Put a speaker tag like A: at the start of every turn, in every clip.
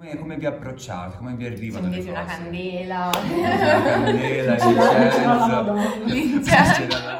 A: Come vi approcciate? Come vi arrivano le cose?
B: Accendete una candela.
A: Una candela, l'incenso.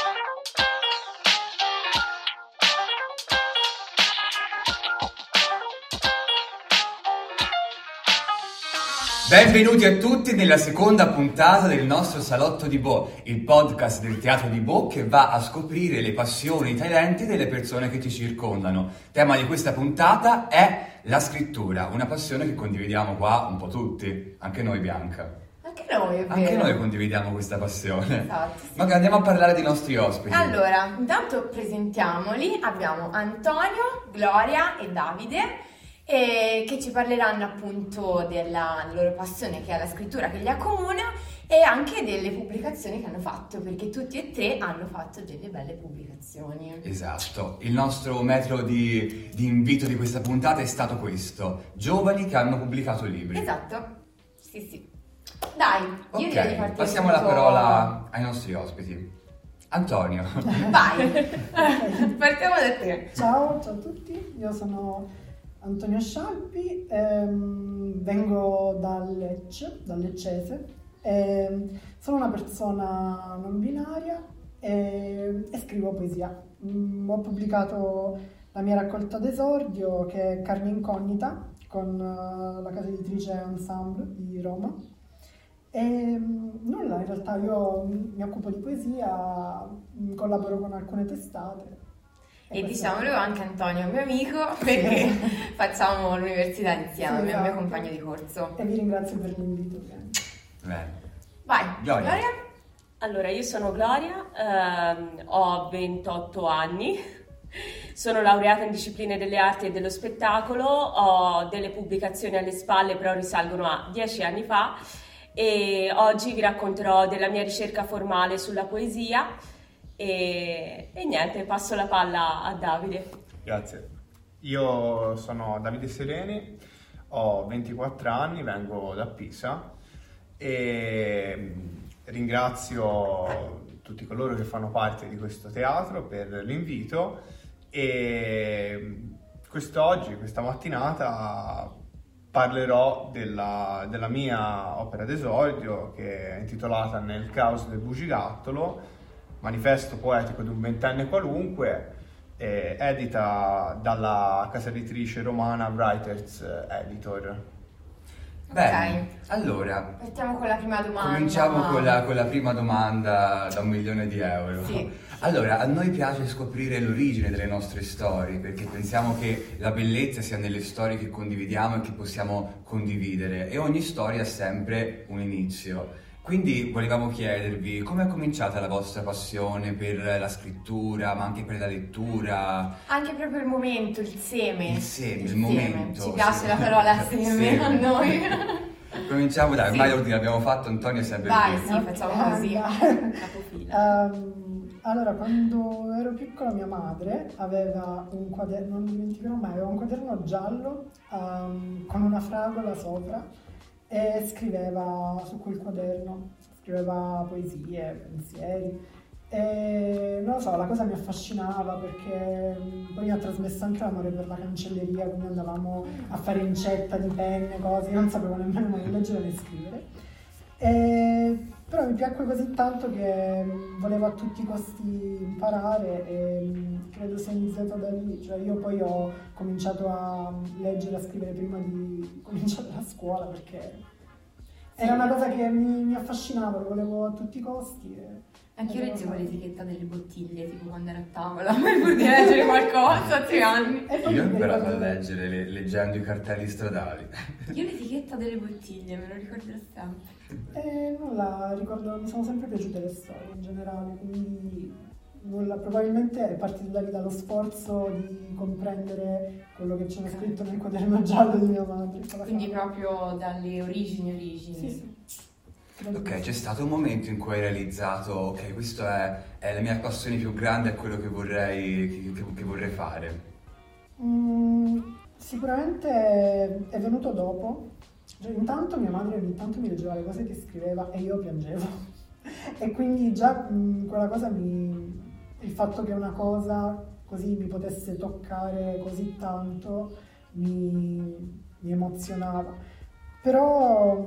A: Benvenuti a tutti nella seconda puntata del nostro Salotto di Bo, il podcast del Teatro di Bo che va a scoprire le passioni e i talenti delle persone che ci circondano. Tema di questa puntata è la scrittura, una passione che condividiamo qua un po' tutti, anche noi Bianca.
B: Anche noi, è vero.
A: Anche noi condividiamo questa passione.
B: Esatto, sì.
A: Ma andiamo a parlare dei nostri ospiti.
B: Allora, intanto presentiamoli. Abbiamo Antonio, Gloria e Davide. Che ci parleranno appunto della loro passione che è la scrittura che li accomuna e anche delle pubblicazioni che hanno fatto, perché tutti e tre hanno fatto delle belle pubblicazioni.
A: Esatto, il nostro metodo di invito di questa puntata è stato questo: giovani che hanno pubblicato libri.
B: Esatto, sì. Dai, io direi di partire.
A: Passiamo la parola ai nostri ospiti. Antonio.
B: Vai, partiamo da te.
C: Ciao a tutti, io sono Antonio Scialpi, vengo dal Leccese, sono una persona non binaria e scrivo poesia. Ho pubblicato la mia raccolta d'esordio che è Carne Incognita con la casa editrice Ensemble di Roma. E nulla, in realtà io mi occupo di poesia, collaboro con alcune testate.
B: E diciamolo anche Antonio è un mio amico perché facciamo l'università insieme,
C: Sì,
B: è il mio
C: esatto.
B: compagno di corso.
C: E vi ringrazio per l'invito.
A: Bene.
B: Vai,
A: Gloria.
D: Allora, io sono Gloria, ho 28 anni, sono laureata in discipline delle arti e dello spettacolo, ho delle pubblicazioni alle spalle però risalgono a 10 anni fa e oggi vi racconterò della mia ricerca formale sulla poesia. E niente, passo la palla a Davide.
E: Grazie. Io sono Davide Sereni, ho 24 anni, vengo da Pisa e ringrazio tutti coloro che fanno parte di questo teatro per l'invito e questa mattinata parlerò della mia opera d'esordio che è intitolata Nel caos del bugigattolo, manifesto poetico di un ventenne qualunque, edita dalla casa editrice romana Writers Editor.
A: Bene,
B: Ok.
A: allora
B: Partiamo con la prima domanda.
A: cominciamo con la prima domanda da €1.000.000.
B: Sì.
A: Allora, a noi piace scoprire l'origine delle nostre storie perché pensiamo che la bellezza sia nelle storie che condividiamo e che possiamo condividere, e ogni storia ha sempre un inizio. Quindi volevamo chiedervi come è cominciata la vostra passione per la scrittura, ma anche per la lettura.
B: Anche proprio il momento, il seme.
A: Il momento.
B: Ci piace
A: sì.
B: la parola seme a noi.
A: Cominciamo, dai, ormai
B: Sì.
A: l'ordine l'abbiamo fatto, Antonio è sempre
B: Vai,
A: qui.
B: sì, facciamo così.
D: Capofila.
C: Allora, quando ero piccola mia madre aveva un quaderno, non dimenticherò mai, aveva un quaderno giallo con una fragola sopra e scriveva su quel quaderno, scriveva poesie, pensieri e non lo so, la cosa mi affascinava perché poi mi ha trasmesso anche l'amore per la cancelleria, quindi andavamo a fare incetta di penne, cose, io non sapevo nemmeno né leggere né scrivere. Però mi piacque così tanto che volevo a tutti i costi imparare e credo sia iniziato da lì, cioè io poi ho cominciato a leggere e a scrivere prima di cominciare la scuola perché era una cosa che mi affascinava, lo volevo a tutti i costi.
B: Anche io leggevo l'etichetta delle bottiglie, tipo quando ero a tavola, per poter leggere qualcosa a 3 anni.
A: Io ho imparato a leggere leggendo i cartelli stradali.
B: Io l'etichetta delle bottiglie, me lo ricorderò sempre.
C: Nulla, ricordo, mi sono sempre piaciute le storie in generale, quindi nulla, probabilmente è partito da lì dallo sforzo di comprendere quello che c'era scritto nel quaderno giallo di mia madre.
B: Quindi proprio dalle origini.
C: Sì.
A: Ok, c'è stato un momento in cui hai realizzato, ok, questa è la mia passione più grande, è quello che vorrei fare.
C: Sicuramente è venuto dopo. Cioè, intanto mia madre ogni tanto mi leggeva le cose che scriveva e io piangevo. E quindi già quella cosa il fatto che una cosa così mi potesse toccare così tanto mi mi emozionava. Però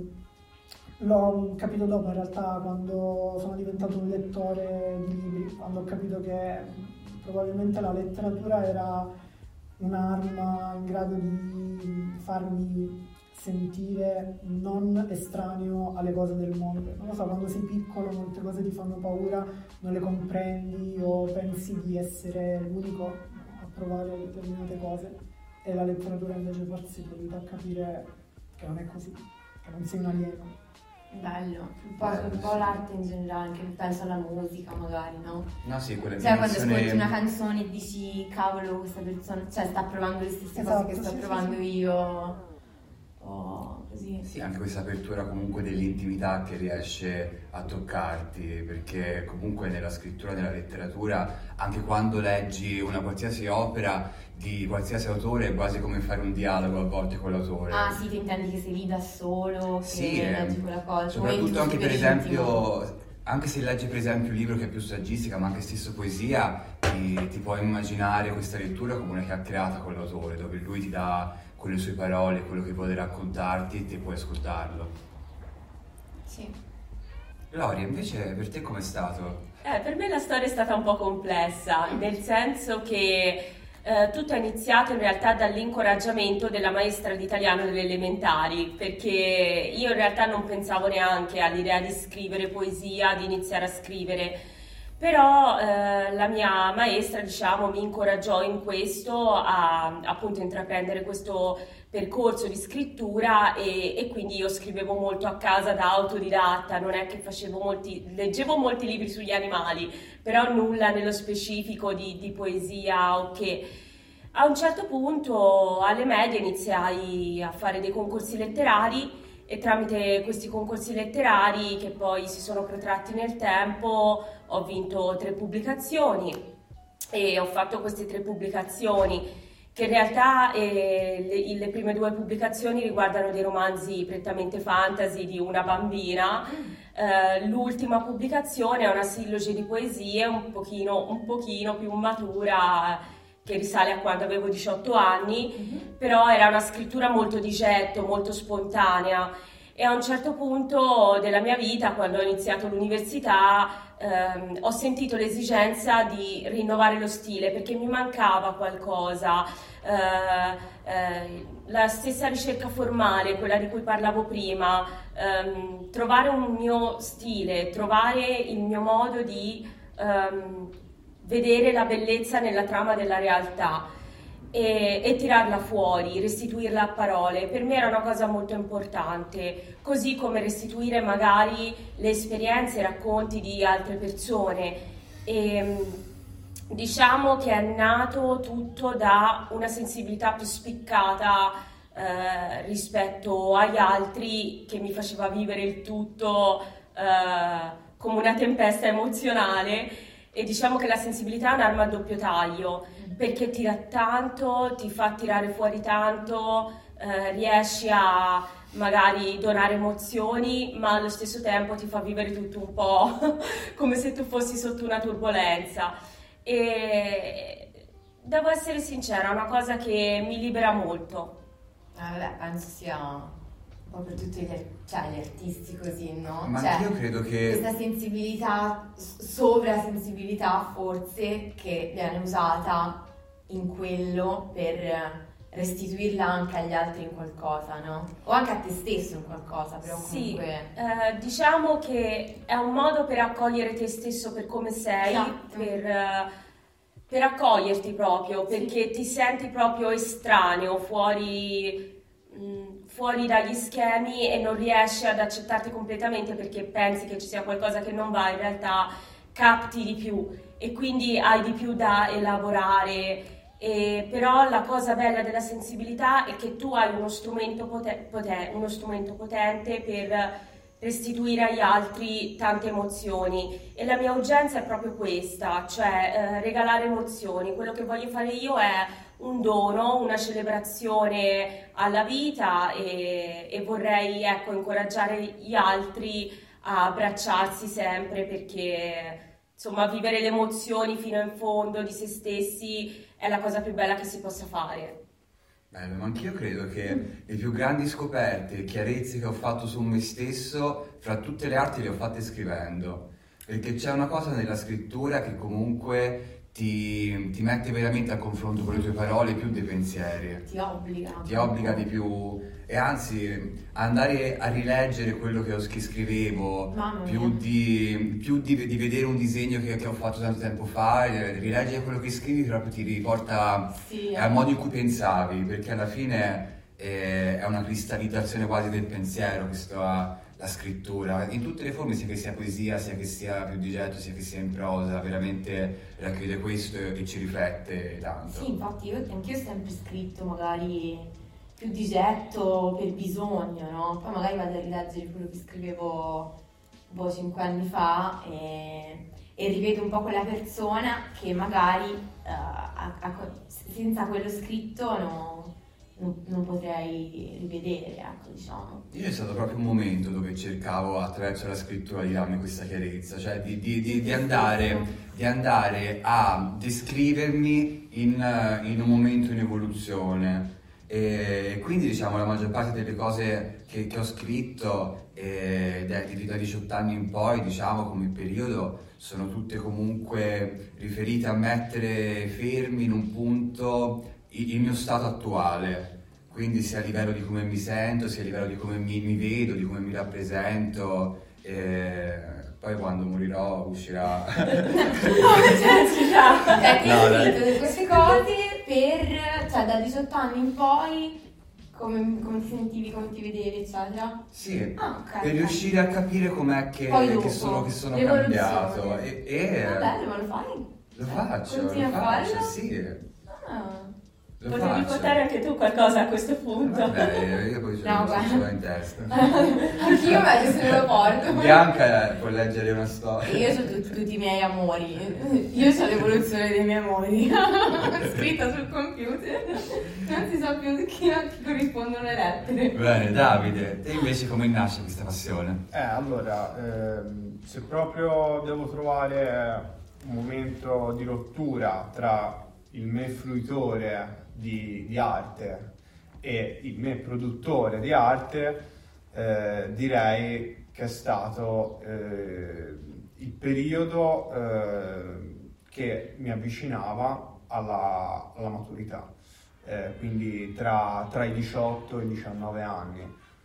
C: l'ho capito dopo, in realtà, quando sono diventato un lettore di libri, quando ho capito che probabilmente la letteratura era un'arma in grado di farmi sentire non estraneo alle cose del mondo. Non lo so, quando sei piccolo molte cose ti fanno paura, non le comprendi o pensi di essere l'unico a provare determinate cose, e la letteratura invece forse ti aiuta a capire che non è così, che non sei un alieno.
B: Bello, un po' l'arte in generale, anche penso alla musica magari, no?
A: No, sì, quella
B: Cioè quando
A: dimensione-
B: ascolti una canzone e dici cavolo, questa persona, cioè sta provando le stesse cose
C: Esatto,
B: che sto
C: sì,
B: provando
C: sì.
B: io, o così.
A: Sì, anche questa apertura comunque dell'intimità che riesce a toccarti, perché comunque nella scrittura, nella letteratura, anche quando leggi una qualsiasi opera di qualsiasi autore, è quasi come fare un dialogo a volte con l'autore.
B: Ah sì, ti intendi che sei lì da solo, che
A: Sì,
B: leggi quella cosa,
A: soprattutto anche per
B: super intimo.
A: esempio, anche se leggi per esempio un libro che è più saggistica, ma anche stesso poesia, ti puoi immaginare questa lettura come una chiacchierata con l'autore, dove lui ti dà con le sue parole quello che vuole raccontarti e te puoi ascoltarlo.
B: Sì.
A: Gloria, invece per te com'è stato?
D: Per me la storia è stata un po' complessa, nel senso che tutto è iniziato in realtà dall'incoraggiamento della maestra di italiano delle elementari, perché io in realtà non pensavo neanche all'idea di scrivere poesia, di iniziare a scrivere, però la mia maestra, diciamo, mi incoraggiò in questo a appunto intraprendere questo percorso di scrittura e quindi io scrivevo molto a casa da autodidatta, non è che leggevo molti libri sugli animali, però nulla nello specifico di poesia o che. A un certo punto alle medie iniziai a fare dei concorsi letterari e tramite questi concorsi letterari, che poi si sono protratti nel tempo, ho vinto 3 pubblicazioni e ho fatto queste 3 pubblicazioni che in realtà le prime 2 pubblicazioni riguardano dei romanzi prettamente fantasy di una bambina. L'ultima pubblicazione è una silloge di poesie un pochino più matura, che risale a quando avevo 18 anni, però era una scrittura molto di getto, molto spontanea. E a un certo punto della mia vita, quando ho iniziato l'università, ho sentito l'esigenza di rinnovare lo stile perché mi mancava qualcosa. La stessa ricerca formale, quella di cui parlavo prima, trovare un mio stile, trovare il mio modo di vedere la bellezza nella trama della realtà e tirarla fuori, restituirla a parole, per me era una cosa molto importante, così come restituire magari le esperienze e i racconti di altre persone. E diciamo che è nato tutto da una sensibilità più spiccata rispetto agli altri, che mi faceva vivere il tutto come una tempesta emozionale. E diciamo che la sensibilità è un'arma a doppio taglio, perché ti dà tanto, ti fa tirare fuori tanto, riesci a magari donare emozioni, ma allo stesso tempo ti fa vivere tutto un po' come se tu fossi sotto una turbolenza. E devo essere sincera, è una cosa che mi libera molto.
B: Vabbè, penso sia un po' per tutti gli artisti così, no?
A: Ma
B: Cioè,
A: io credo che
B: questa sensibilità, sovrasensibilità forse, che viene usata in quello per restituirla anche agli altri in qualcosa, no? O anche a te stesso in qualcosa, però
D: Sì,
B: comunque...
D: diciamo che è un modo per accogliere te stesso per come sei,
B: Esatto.
D: per accoglierti proprio, perché ti senti proprio estraneo, fuori dagli schemi e non riesci ad accettarti completamente perché pensi che ci sia qualcosa che non va, in realtà capti di più e quindi hai di più da elaborare. Però la cosa bella della sensibilità è che tu hai uno strumento potente per restituire agli altri tante emozioni, e la mia urgenza è proprio questa, cioè regalare emozioni. Quello che voglio fare io è un dono, una celebrazione alla vita e vorrei, ecco, incoraggiare gli altri a abbracciarsi sempre, perché insomma vivere le emozioni fino in fondo di se stessi è la cosa più bella che si possa fare.
A: Bello, ma anch'io credo che le più grandi scoperte e chiarezze che ho fatto su me stesso, fra tutte le arti, le ho fatte scrivendo. Perché c'è una cosa nella scrittura che comunque ti mette veramente a confronto con le tue parole più dei pensieri. Ti obbliga di più. E anzi, andare a rileggere quello che scrivevo, più di vedere un disegno che ho fatto tanto tempo fa, rileggere quello che scrivi proprio ti riporta al modo in cui pensavi, perché alla fine è una cristallizzazione quasi del pensiero, la scrittura, in tutte le forme, sia che sia poesia, sia che sia più di getto, sia che sia in prosa, veramente racchiude questo e ci riflette tanto.
B: Sì, infatti anch'io ho sempre scritto magari più di getto per bisogno, no? Poi magari vado a rileggere quello che scrivevo 5 anni fa e rivedo un po' quella persona che magari senza quello scritto non potrei rivedere, ecco, diciamo.
A: Io è stato proprio un momento dove cercavo attraverso la scrittura di darmi questa chiarezza, cioè di andare a descrivermi in un momento in evoluzione. E quindi diciamo la maggior parte delle cose che ho scritto da 18 anni in poi, diciamo, come periodo, sono tutte comunque riferite a mettere fermi in un punto il mio stato attuale, quindi sia a livello di come mi sento, sia a livello di come mi vedo, di come mi rappresento. Poi quando morirò uscirà.
B: Quindi queste cose da 18 anni in poi come ti sentivi, come ti vedevi, eccetera?
A: Sì, per riuscire a capire com'è che sono cambiato.
B: Vabbè, ma lo fai?
A: Lo faccio,
B: continui a farlo?
A: Sì.
D: Potevi portare anche tu qualcosa a questo punto.
A: Vabbè, io poi ce l'ho in testa.
B: Anch'io meglio se me lo porto.
A: Bianca può leggere una storia.
B: Io ho tutti i miei amori. Io ho l'evoluzione dei miei amori. Scritta sul computer. Non si sa più a chi corrispondono le lettere.
A: Bene, Davide, te invece come nasce questa passione?
E: Allora, se proprio devo trovare un momento di rottura tra il me fruitore di arte e il me produttore di arte, direi che è stato il periodo che mi avvicinava alla maturità, quindi tra i 18 e i 19 anni.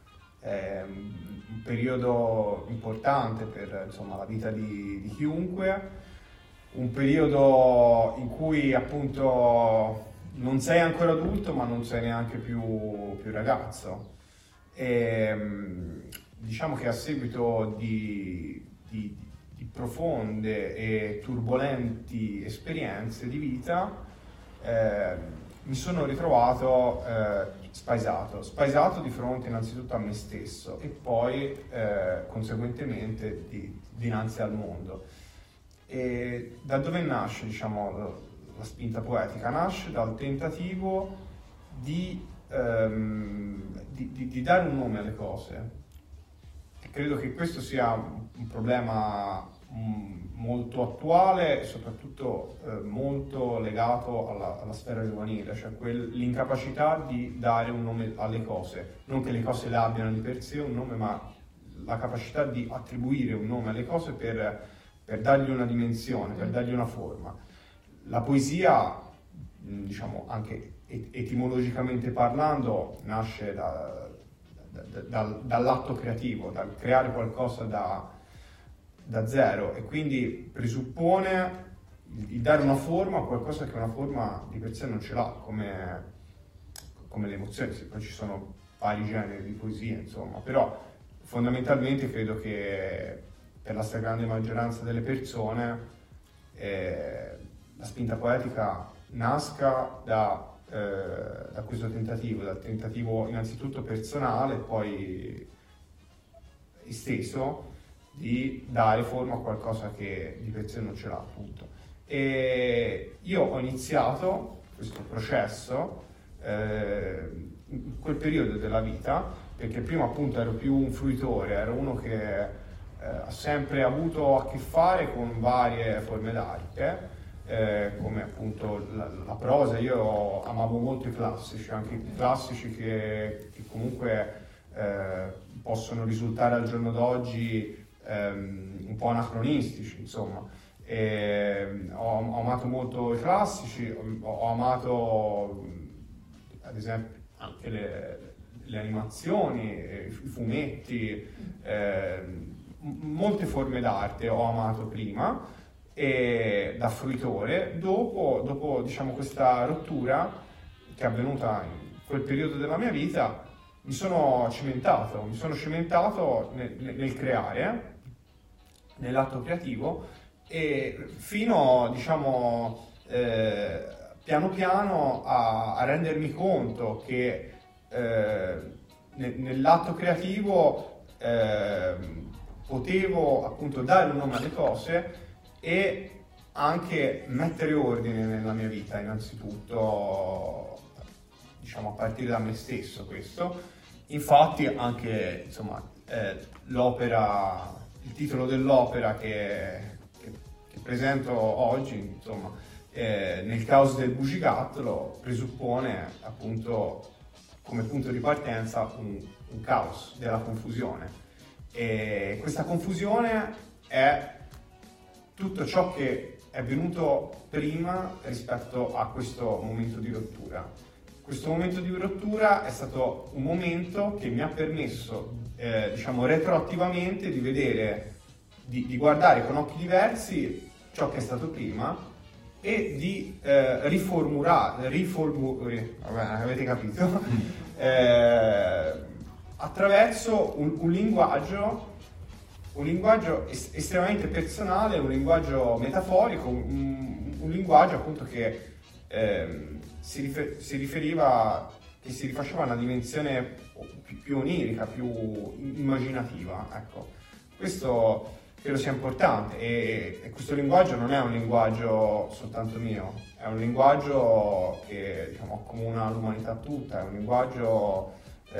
E: Un periodo importante per, insomma, la vita di chiunque, un periodo in cui appunto non sei ancora adulto ma non sei neanche più ragazzo, e diciamo che a seguito di profonde e turbolenti esperienze di vita mi sono ritrovato spaesato di fronte innanzitutto a me stesso e poi conseguentemente dinanzi al mondo. E da dove nasce, diciamo, la spinta poetica? Nasce dal tentativo di dare un nome alle cose. E credo che questo sia un problema molto attuale e soprattutto molto legato alla sfera giovanile, cioè l'incapacità di dare un nome alle cose, non che le cose le abbiano di per sé un nome, ma la capacità di attribuire un nome alle cose per dargli una dimensione, per dargli una forma. La poesia, diciamo anche etimologicamente parlando, nasce dall'atto creativo, dal creare qualcosa da zero, e quindi presuppone il dare una forma a qualcosa che una forma di per sé non ce l'ha, come le emozioni. Poi ci sono vari generi di poesia, insomma, però fondamentalmente credo che per la stragrande maggioranza delle persone la spinta poetica nasca da questo tentativo, dal tentativo innanzitutto personale, poi esteso, di dare forma a qualcosa che di per sé non ce l'ha, appunto. E io ho iniziato questo processo in quel periodo della vita, perché prima appunto ero più un fruitore, ero uno che ha sempre avuto a che fare con varie forme d'arte, come appunto la prosa. Io amavo molto i classici, anche i classici che comunque possono risultare al giorno d'oggi un po' anacronistici, insomma. Ho amato molto i classici, ho amato ad esempio anche le animazioni, i fumetti, molte forme d'arte ho amato prima e da fruitore. Dopo diciamo questa rottura che è avvenuta in quel periodo della mia vita, mi sono cimentato nel creare, nell'atto creativo, e fino diciamo piano piano a rendermi conto che nell'atto creativo potevo appunto dare un nome alle cose e anche mettere ordine nella mia vita, innanzitutto diciamo a partire da me stesso. Questo infatti anche insomma l'opera, il titolo dell'opera che presento oggi, insomma nel caos del bugigattolo, presuppone appunto come punto di partenza un caos della confusione, e questa confusione è tutto ciò che è venuto prima rispetto a questo momento di rottura. Questo momento di rottura è stato un momento che mi ha permesso diciamo retroattivamente di vedere, di guardare con occhi diversi ciò che è stato prima e di riformulare, avete capito? Attraverso un linguaggio estremamente personale, un linguaggio metaforico, un linguaggio appunto che si rifaceva a una dimensione più onirica, più immaginativa, ecco. Questo credo sia importante, e questo linguaggio non è un linguaggio soltanto mio, è un linguaggio che diciamo accomuna l'umanità tutta, è un linguaggio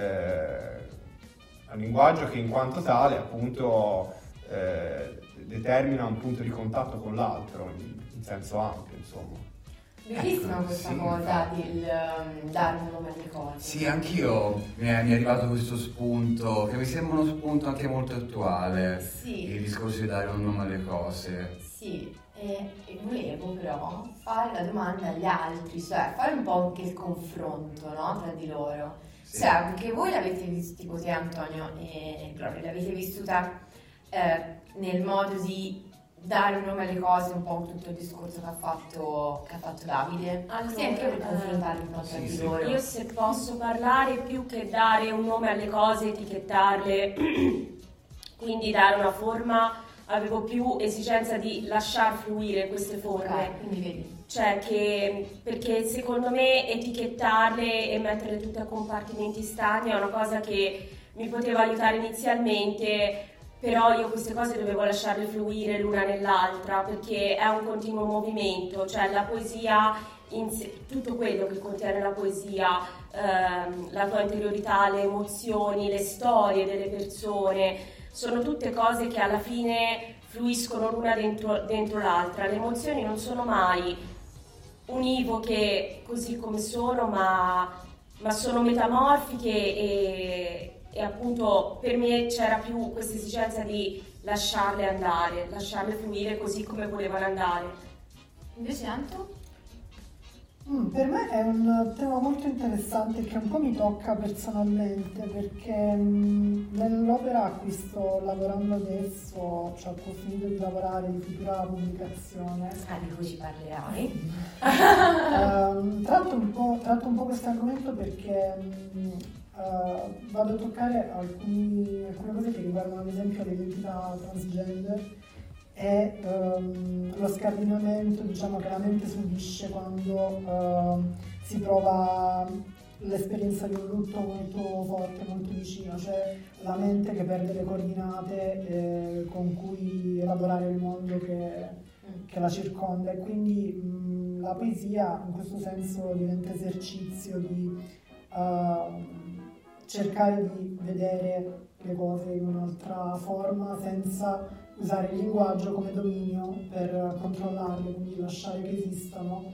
E: che in quanto tale appunto determina un punto di contatto con l'altro in senso ampio, insomma.
B: Bellissima questa cosa del dare un nome alle cose.
A: Sì, anch'io mi è arrivato questo spunto, che mi sembra uno spunto anche molto attuale,
B: Sì.
A: il discorso di dare un nome alle cose.
B: Sì, e volevo però fare la domanda agli altri, cioè fare un po' anche il confronto, no, tra di loro.
A: Sì.
B: Cioè, anche voi l'avete visto, tipo te Antonio e Gloria, l'avete vissuta nel modo di dare un nome alle cose, un po' tutto il discorso che ha fatto Davide.
D: Allora,
B: Sì, anche per confrontarli un po' tra di loro.
D: Io, se posso parlare, più che dare un nome alle cose, etichettarle, quindi dare una forma, avevo più esigenza di lasciar fluire queste forme.
B: Quindi vedi.
D: Cioè perché secondo me etichettarle e metterle tutte a compartimenti stagni è una cosa che mi poteva aiutare inizialmente, però io queste cose dovevo lasciarle fluire l'una nell'altra, perché è un continuo movimento, cioè la poesia, tutto quello che contiene la poesia, la tua interiorità, le emozioni, le storie delle persone, sono tutte cose che alla fine fluiscono l'una dentro l'altra. Le emozioni non sono mai univoche così come sono, ma sono metamorfiche e appunto per me c'era più questa esigenza di lasciarle andare, lasciarle fluire così come volevano andare.
B: Invece Anto?
C: Per me è un tema molto interessante che un po' mi tocca personalmente, perché nell'opera a cui sto lavorando adesso, cioè ho finito di lavorare di futura pubblicazione.
B: Di cui ci parlerai.
C: Tratto un po' questo argomento perché vado a toccare alcune cose che riguardano ad esempio l'identità transgender e lo scardinamento, diciamo, che la mente subisce quando si prova l'esperienza di un lutto molto forte, molto vicino, cioè la mente che perde le coordinate con cui elaborare il mondo che la circonda, e quindi la poesia in questo senso diventa esercizio di cercare di vedere le cose in un'altra forma senza usare il linguaggio come dominio per controllarle, quindi lasciare che esistano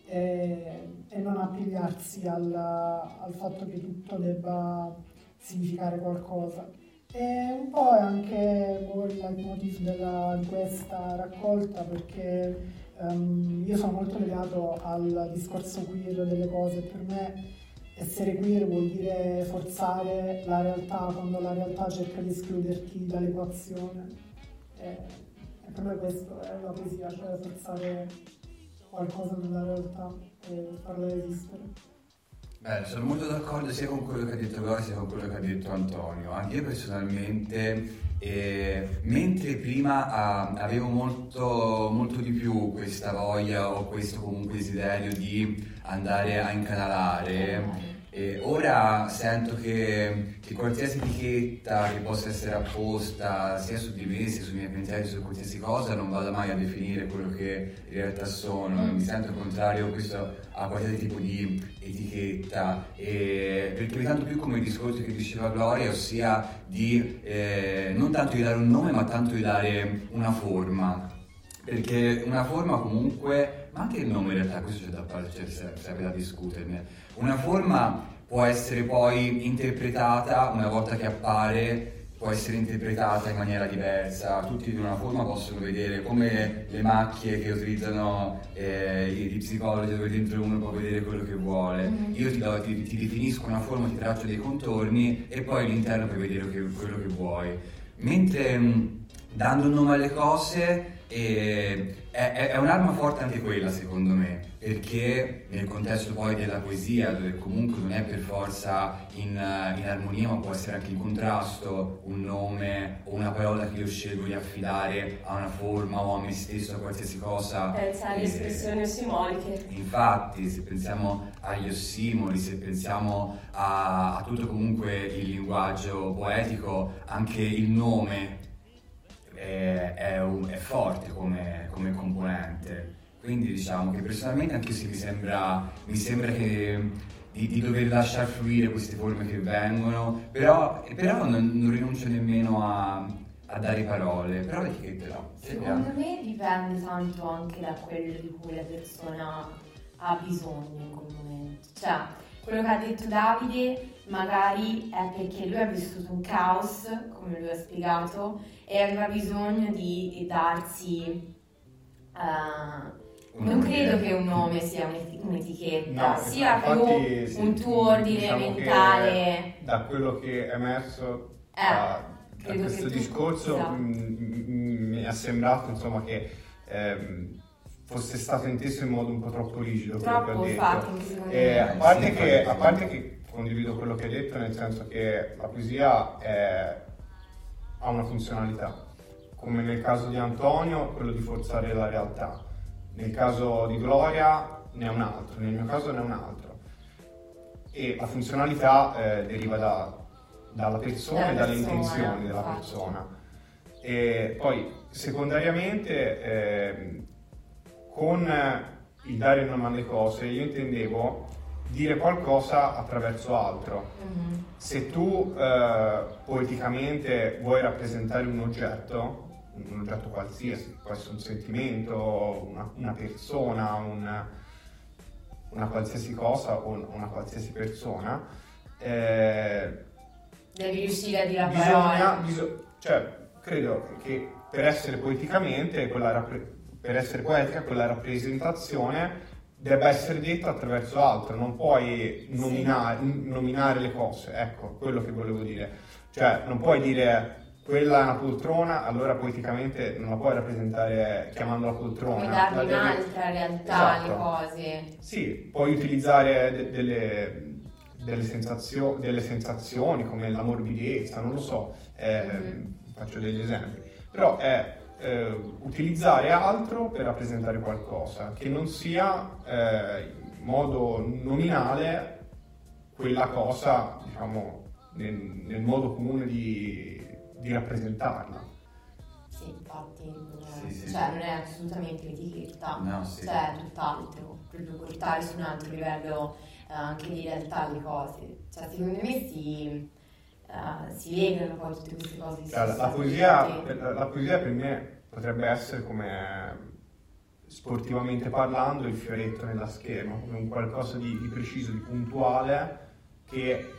C: e non appigliarsi al fatto che tutto debba significare qualcosa. E un po' è anche il leitmotiv di questa raccolta, perché io sono molto legato al discorso queer delle cose. Per me essere queer vuol dire forzare la realtà quando la realtà cerca di escluderti dall'equazione. E per me questo è la poesia, cioè forzare qualcosa della realtà e farla esistere.
A: Beh, sono molto d'accordo sia con quello che ha detto Gloria sia con quello che ha detto Antonio. Anche io personalmente, mentre prima avevo molto di più questa voglia o questo comunque desiderio di andare a incanalare, ora sento che qualsiasi etichetta che possa essere apposta sia su di me sia sui miei pensieri, su qualsiasi cosa, non vada mai a definire quello che in realtà sono. Mi sento contrario a qualsiasi tipo di etichetta, perché mi sento più come il discorso che diceva Gloria, ossia di non tanto di dare un nome ma tanto di dare una forma, perché una forma comunque, ma anche il nome in realtà, questo serve da discuterne. Una forma può essere poi interpretata, una volta che appare, può essere interpretata in maniera diversa. Tutti di una forma possono vedere, come le macchie che utilizzano gli psicologi, dove dentro uno può vedere quello che vuole. Io ti definisco una forma, ti traccio dei contorni e poi all'interno puoi vedere quello che vuoi. Mentre dando un nome alle cose è un'arma forte anche quella, secondo me, perché nel contesto poi della poesia, dove comunque non è per forza in armonia, ma può essere anche in contrasto, un nome o una parola che io scelgo di affidare a una forma o a me stesso, a qualsiasi cosa.
D: Pensa alle espressioni ossimoliche.
A: Infatti, se pensiamo agli ossimori, se pensiamo a tutto comunque il linguaggio poetico, anche il nome è forte come componente. Quindi diciamo che personalmente anche se mi sembra che di dover lasciar fluire queste forme che vengono, però non rinuncio nemmeno a dare parole, però etichetterò.
B: Secondo me dipende tanto anche da quello di cui la persona ha bisogno in quel momento. Cioè, quello che ha detto Davide magari è perché lui ha vissuto un caos, come lui ha spiegato, e aveva bisogno di darsi... non credo che un nome sia un'etichetta,
E: No,
B: sia
E: infatti,
B: più un tuo ordine
E: diciamo
B: mentale.
E: Da quello che è emerso da questo discorso,
B: esatto.
E: Mi è sembrato insomma che fosse stato inteso in modo un po' troppo rigido quello che ho detto. A parte che condivido quello che hai detto, nel senso che la poesia ha una funzionalità, come nel caso di Antonio quello di forzare la realtà, nel caso di Gloria ne è un altro, nel mio caso ne è un altro, e la funzionalità deriva dalla persona e dalle intenzioni della persona. E poi secondariamente con il dare il nome alle cose io intendevo dire qualcosa attraverso altro. Se tu poeticamente vuoi rappresentare un oggetto qualsiasi, può essere un sentimento, una persona, una qualsiasi cosa o una qualsiasi persona,
B: devi riuscire a dire la parola.
E: Cioè, credo che per essere poetica quella rappresentazione debba essere detta attraverso altro, non puoi nominare le cose, ecco, quello che volevo dire. Cioè, non puoi dire quella è una poltrona, allora poeticamente non la puoi rappresentare chiamandola poltrona.
B: Puoi dargli un'altra realtà alle cose.
E: Sì, puoi utilizzare delle sensazioni come la morbidezza, non lo so, faccio degli esempi. Però è utilizzare altro per rappresentare qualcosa, che non sia in modo nominale quella cosa, diciamo, nel modo comune di rappresentarla.
B: Sì, infatti,
A: Sì.
B: non è assolutamente l'etichetta,
A: No, sì.
B: cioè è tutt'altro, proprio portare su un altro livello anche di realtà le cose. Cioè, secondo me sì, si legano poi tutte queste cose.
E: La poesia per me potrebbe essere, come sportivamente parlando, il fioretto nella scherma, come un qualcosa di preciso, di puntuale, che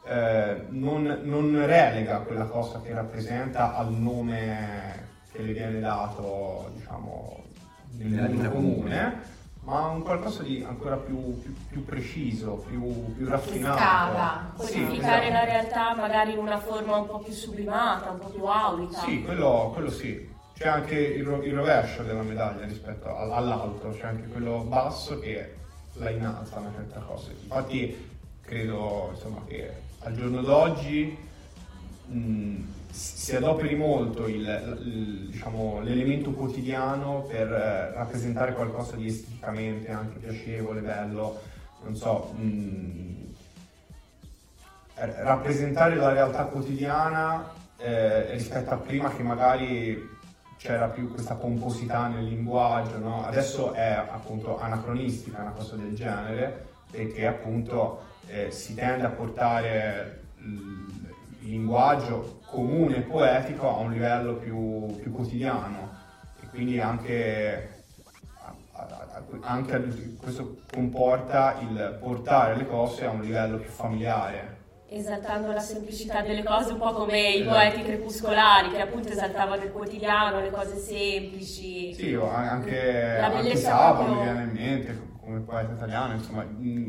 E: non relega quella cosa che rappresenta al nome che le viene dato, diciamo, nella vita comune, ma un qualcosa di ancora più preciso, più raffinato.
B: Scava,
D: codificare la realtà magari in una forma un po' più sublimata, un po' più aulica.
E: Sì, quello sì. C'è anche il rovescio della medaglia rispetto all'alto, c'è anche quello basso che la innalza una certa cosa. Infatti credo, insomma, che al giorno d'oggi si adoperi molto diciamo, l'elemento quotidiano per rappresentare qualcosa di esteticamente anche piacevole, bello, non so, rappresentare la realtà quotidiana rispetto a prima, che magari c'era più questa pomposità nel linguaggio, no? Adesso è appunto anacronistica una cosa del genere, perché appunto si tende a portare il linguaggio comune e poetico a un livello più quotidiano, e quindi anche questo comporta il portare le cose a un livello più familiare.
D: Esaltando la semplicità delle cose, un po' come i poeti crepuscolari, che appunto esaltavano il quotidiano, le cose semplici.
E: Sì, anche
D: la bellezza
E: Saba
D: proprio...
E: mi viene in mente come poeta italiano, insomma.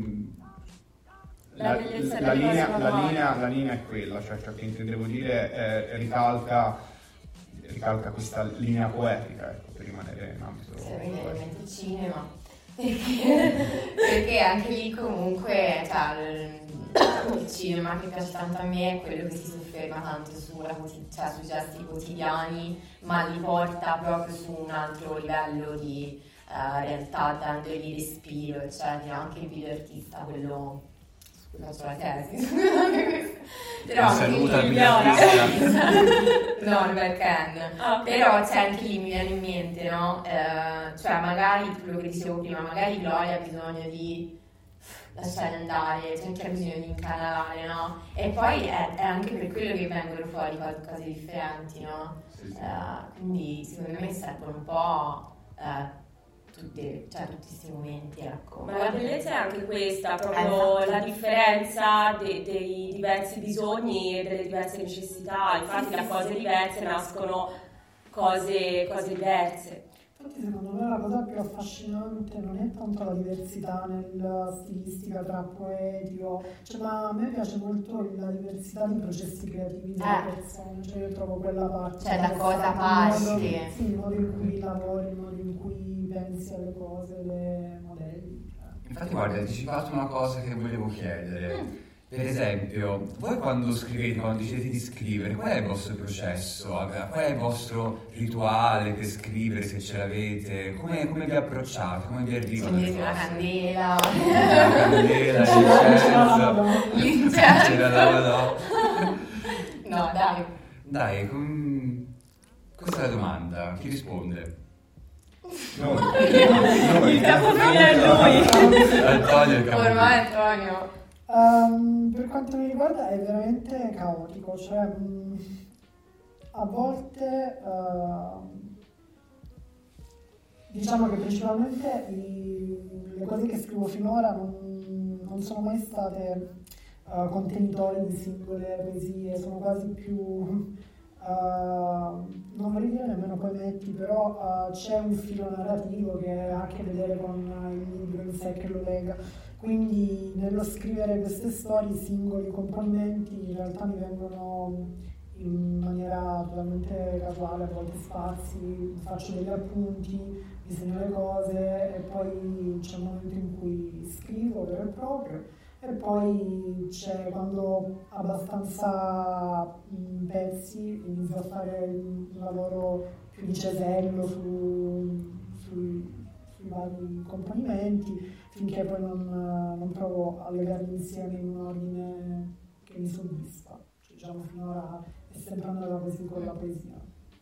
D: La
E: linea è quella, cioè ciò che intendevo dire ricalca questa linea poetica, ecco, per rimanere in ambito.
B: Sì, mi viene in mente il cinema, perché anche lì comunque, cioè, il cinema che piace tanto a me è quello che si sofferma tanto sui gesti quotidiani, ma li porta proprio su un altro livello di realtà, dandogli respiro, eccetera. Anche il videoartista, quello... Faccio la tesi, però
A: saluta il videoartista
B: Norbert Ken. Però c'è anche lì, mi viene in mente, no? Cioè magari quello che dicevo prima, magari Gloria ha bisogno di lasciare andare, c'è anche bisogno di incanalare, no? E poi è anche per quello che vengono fuori cose differenti, no?
E: Sì.
B: Quindi secondo me servono un po' tutti questi momenti, ecco.
D: Ma la bellezza è anche questa, proprio la differenza dei diversi bisogni e delle diverse necessità. Infatti da cose diverse nascono cose diverse.
C: Infatti secondo me la cosa più affascinante non è tanto la diversità nella stilistica tra poeti ma a me piace molto la diversità di processi creativi delle persone, cioè io trovo quella parte,
B: cioè da cosa parti,
C: il modo in cui lavori, il modo in cui pensi alle cose, le modelli.
A: Infatti guarda, hai anticipato una cosa che volevo chiedere. Per esempio, voi quando scrivete, quando decidete di scrivere, qual è il vostro processo? Qual è il vostro rituale per scrivere, se ce l'avete? Come vi approcciate? Come vi arrivano le cose?
B: La candela.
A: La candela, l'incenso.
B: No, dai.
A: Dai, questa è la domanda. Chi risponde?
E: Il
D: capofila è lui.
A: Antonio il capofila.
B: Ormai Antonio.
C: Per quanto mi riguarda è veramente caotico, cioè a volte diciamo che principalmente le cose che scrivo finora non sono mai state contenitori di singole poesie, sono quasi più non vorrei dire nemmeno poemetti, però c'è un filo narrativo che ha a che vedere con il libro in sé che lo lega. Quindi nello scrivere queste storie, i singoli componimenti in realtà mi vengono in maniera totalmente casuale, a volte sparsi, faccio degli appunti, disegno le cose e poi c'è un momento in cui scrivo vero e proprio, e poi c'è quando abbastanza pezzi inizio a fare un lavoro più di cesello sui vari componimenti, finché poi non provo a legarli insieme in un ordine che mi soddisfa. Cioè, diciamo, finora è sempre andata così con la poesia.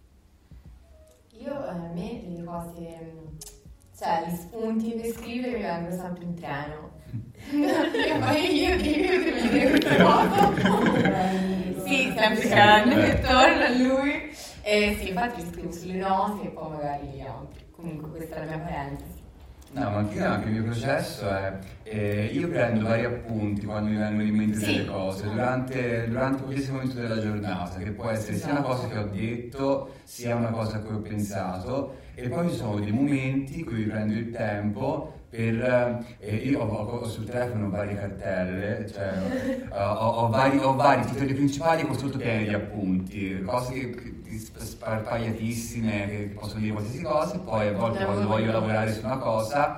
B: A me le cose, cioè gli spunti per scrivere mi vengono sempre in treno. Io devo dire questa cosa. Sì, sempre che torna a lui. E sì, infatti li scrivo sulle note e poi magari comunque questa è la mia parentesi.
A: No, ma anche il mio processo è io prendo vari appunti quando mi vengono in mente delle cose durante qualsiasi momento della giornata, che può essere sia una cosa che ho detto, sia una cosa a cui ho pensato, e poi ci sono dei momenti in cui mi prendo il tempo per io ho sul telefono varie cartelle, cioè ho vari titoli principali con sotto pieni di appunti, cose sparpagliatissime che possono dire qualsiasi cosa, e poi a volte quando voglio lavorare su una cosa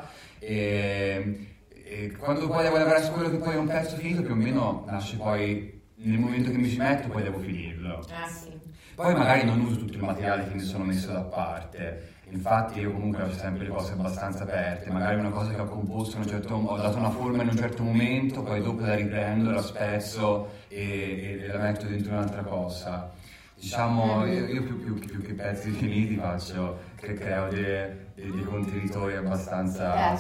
A: e quando poi devo lavorare su quello che poi è un pezzo finito, più o meno nasce poi nel momento che mi ci metto, poi devo finirlo.
B: Sì.
A: Poi magari non uso tutto il materiale che mi sono messo da parte. Infatti io comunque lascio sempre le cose abbastanza aperte, magari una cosa che ho composto ho dato una forma in un certo momento, poi dopo la riprendo, la spezzo e la metto dentro un'altra cosa. Diciamo, io più che pezzi finiti creo dei contenitori abbastanza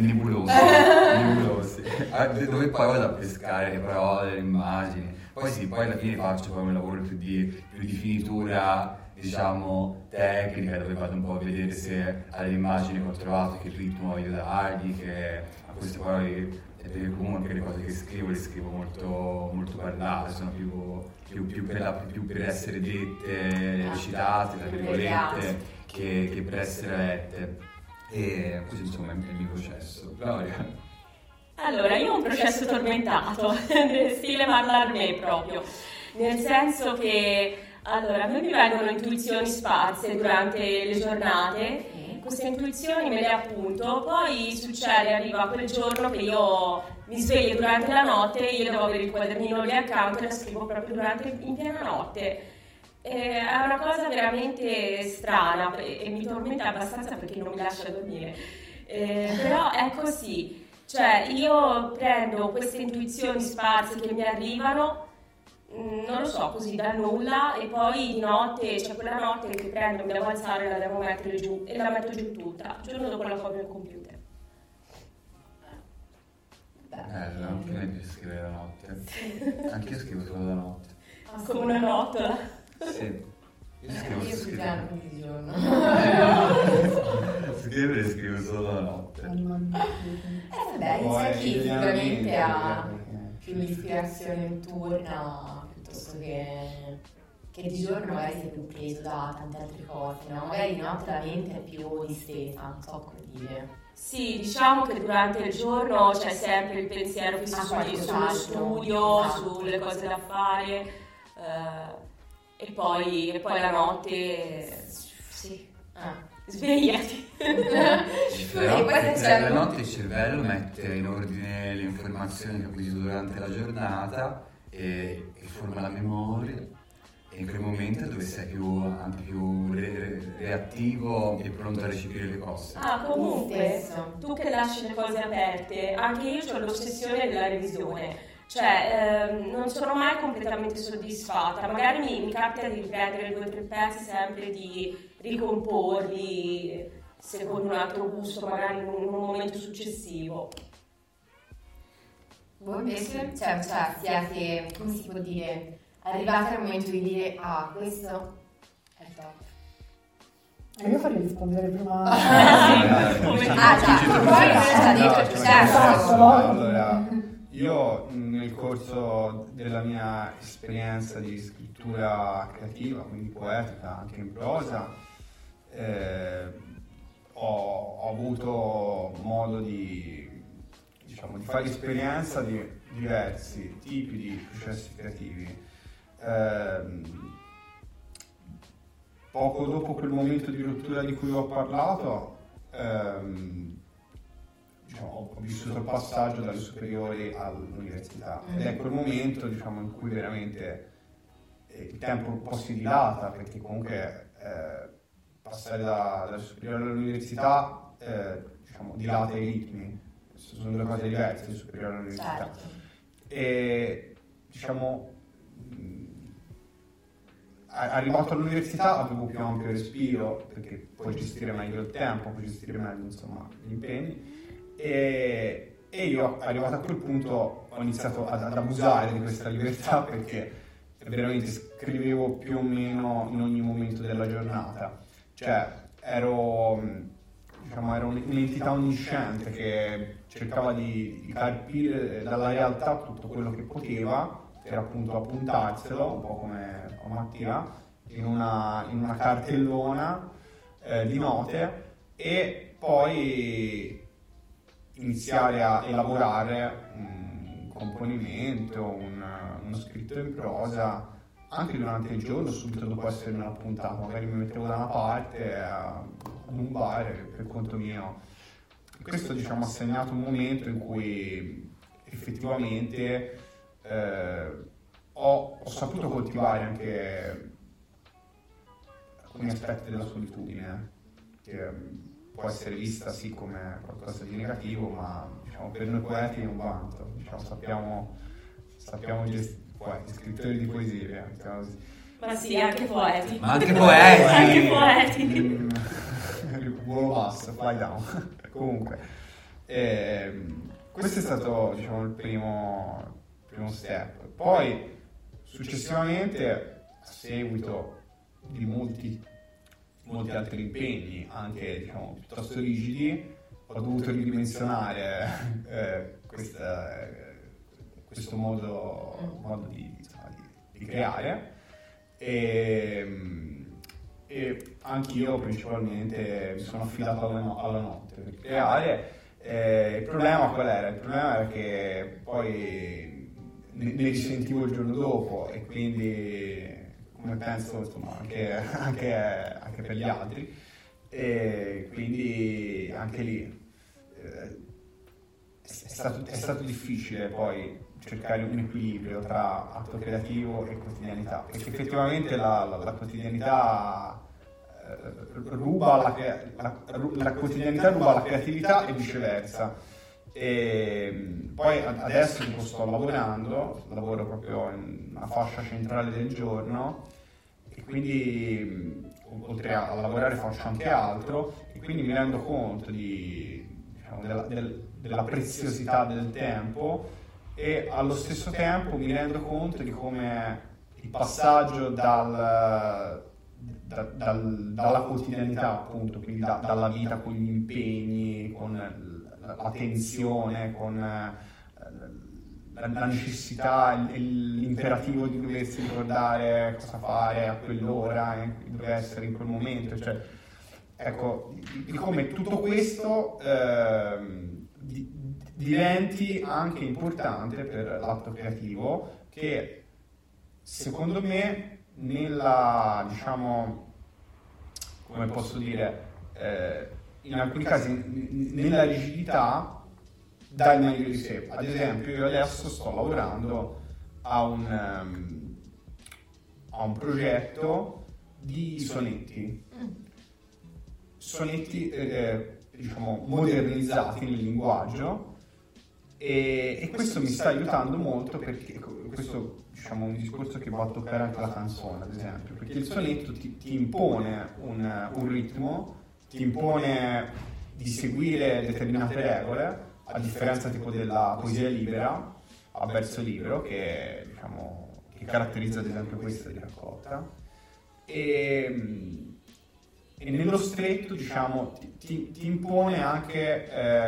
A: nebulosi, dove poi vado a pescare le parole, le immagini. Poi alla fine faccio poi un lavoro più di finitura, diciamo, tecnica, dove vado un po' a vedere se alle immagini che ho trovato che ritmo voglio dargli, che a queste poi comunque anche le cose che scrivo le scrivo molto, molto parlate, sono più per essere dette, recitate, tra virgolette, che per essere lette. E questo insomma è il mio processo. Gloria?
D: Allora, io ho un processo tormentato, stile Mallarmé proprio, nel senso che allora, a me mi vengono intuizioni sparse durante le giornate, queste intuizioni me le appunto, poi arriva quel giorno che io mi sveglio durante la notte, io devo avere il quadernino lì accanto e la scrivo proprio in piena notte. È una cosa veramente strana e mi tormenta abbastanza perché non mi lascia dormire, però è così. Cioè, io prendo queste intuizioni sparse che mi arrivano, non lo so, così da nulla, e poi di notte, cioè quella notte che prendo, mi devo alzare, la devo mettere giù e la metto giù tutta. Il giorno dopo la copio al computer.
A: Bello, anche a me piace scrivere la notte. Anche io scrivo solo la notte.
D: Come una nottola.
A: Sì.
B: Io scrivo anche di giorno.
A: Scrivere scrivo solo la notte.
B: Vabbè, c'è chi sicuramente ha più l'ispirazione notturna piuttosto che di giorno magari sei più preso da tante altre cose, no? Magari di notte la mente è più distesa, non so come dire.
D: Sì, diciamo che durante il giorno c'è sempre il pensiero fisso sullo studio, sulle cose da fare, e poi la notte, sì, svegliati.
A: Però la notte il cervello mette in ordine le informazioni che ha acquisito durante la giornata e forma la memoria, e in quel momento è dove sei anche più reattivo e pronto a recepire le cose.
D: Comunque, tu che lasci le cose aperte, anche io ho l'ossessione della revisione. Cioè, non sono mai completamente soddisfatta, magari mi capita di riprendere 2 o 3 pezzi sempre, di ricomporli secondo un altro gusto, magari in un momento successivo.
B: Voi invece, siete, come si può dire, arrivate al momento di dire, questo è top.
C: Io farei rispondere prima.
B: Poi c'ha detto il processo.
E: Allora, io nel corso della mia esperienza di scrittura creativa, quindi poetica, anche in prosa, ho avuto modo di fare esperienza di diversi tipi di processi creativi. Poco dopo quel momento di rottura di cui ho parlato, ho vissuto il passaggio dalle superiori all'università, ed è quel momento in cui veramente il tempo un po' si dilata, perché comunque passare dalle superiori all'università dilata i ritmi, sono 2 cose diverse, le superiori all'università.
B: Certo.
E: E arrivato all'università avevo più ampio respiro, perché puoi gestire meglio il tempo, puoi gestire meglio gli impegni, e io arrivato a quel punto ho iniziato ad abusare di questa libertà, perché veramente scrivevo più o meno in ogni momento della giornata, cioè ero un'entità onnisciente che cercava di carpire dalla realtà tutto quello che poteva per appunto appuntarselo, un po' come a Mattia, in una cartellona di note, e poi iniziare a elaborare un componimento, uno scritto in prosa anche durante il giorno, subito dopo essermi appuntato. Magari mi mettevo da una parte ad un bar per conto mio. Questo ha segnato un momento in cui effettivamente ho saputo coltivare anche alcuni aspetti della solitudine, che può essere vista sì come qualcosa di negativo, ma per noi poeti è un vanto, sappiamo scrittori di poesie,
D: ma sì, anche poeti.
A: Ma anche poeti!
D: Anche poeti!
E: Volo basso, fly down. Comunque, questo è stato il primo step. Poi, successivamente, a seguito di molti altri impegni, anche piuttosto rigidi, ho dovuto ridimensionare questo modo di creare, e anch'io principalmente mi sono affidato alla notte per creare. Il problema qual era? Il problema era che poi ne risentivo il giorno dopo, e quindi, come penso anche per gli altri, e quindi anche lì è stato difficile poi cercare un equilibrio tra atto creativo e quotidianità, perché effettivamente la quotidianità ruba la quotidianità ruba la creatività e viceversa. E poi adesso sto lavoro proprio in una fascia centrale del giorno, e quindi oltre a lavorare faccio anche altro, e quindi mi rendo conto della preziosità del tempo, e allo stesso tempo mi rendo conto di come il passaggio dalla quotidianità, appunto, quindi dalla vita con gli impegni, con la tensione, con la necessità, l'imperativo di doversi ricordare cosa fare a quell'ora, dove essere in quel momento, cioè, ecco, di come tutto questo diventi anche importante per l'atto creativo, che secondo me nella, come posso dire, in alcuni casi nella rigidità dà il meglio di sé. Ad esempio, io adesso sto lavorando a un progetto di sonetti modernizzati nel linguaggio, e questo mi sta aiutando molto, perché questo è un discorso che va a toccare anche la canzone, ad esempio, perché il sonetto ti impone un ritmo, ti impone di seguire determinate regole, a differenza tipo della poesia libera, a verso libero, che caratterizza ad esempio questa di Raccolta, e nello stretto ti impone anche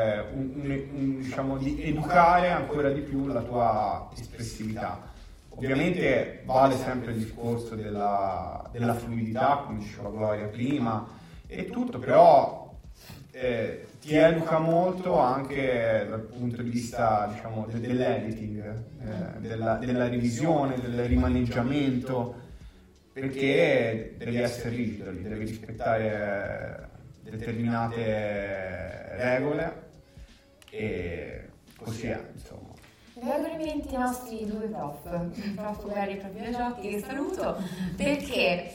E: di educare ancora di più la tua espressività. Ovviamente vale sempre il discorso della fluidità, come diceva Gloria prima, e tutto, però ti educa molto anche dal punto di vista dell'editing, della revisione, del rimaneggiamento, perché devi essere rigido, devi rispettare determinate regole, e così è, insomma.
B: Mi vengono in mente i nostri due prof Gary e prof Biagiotti, che saluto, perché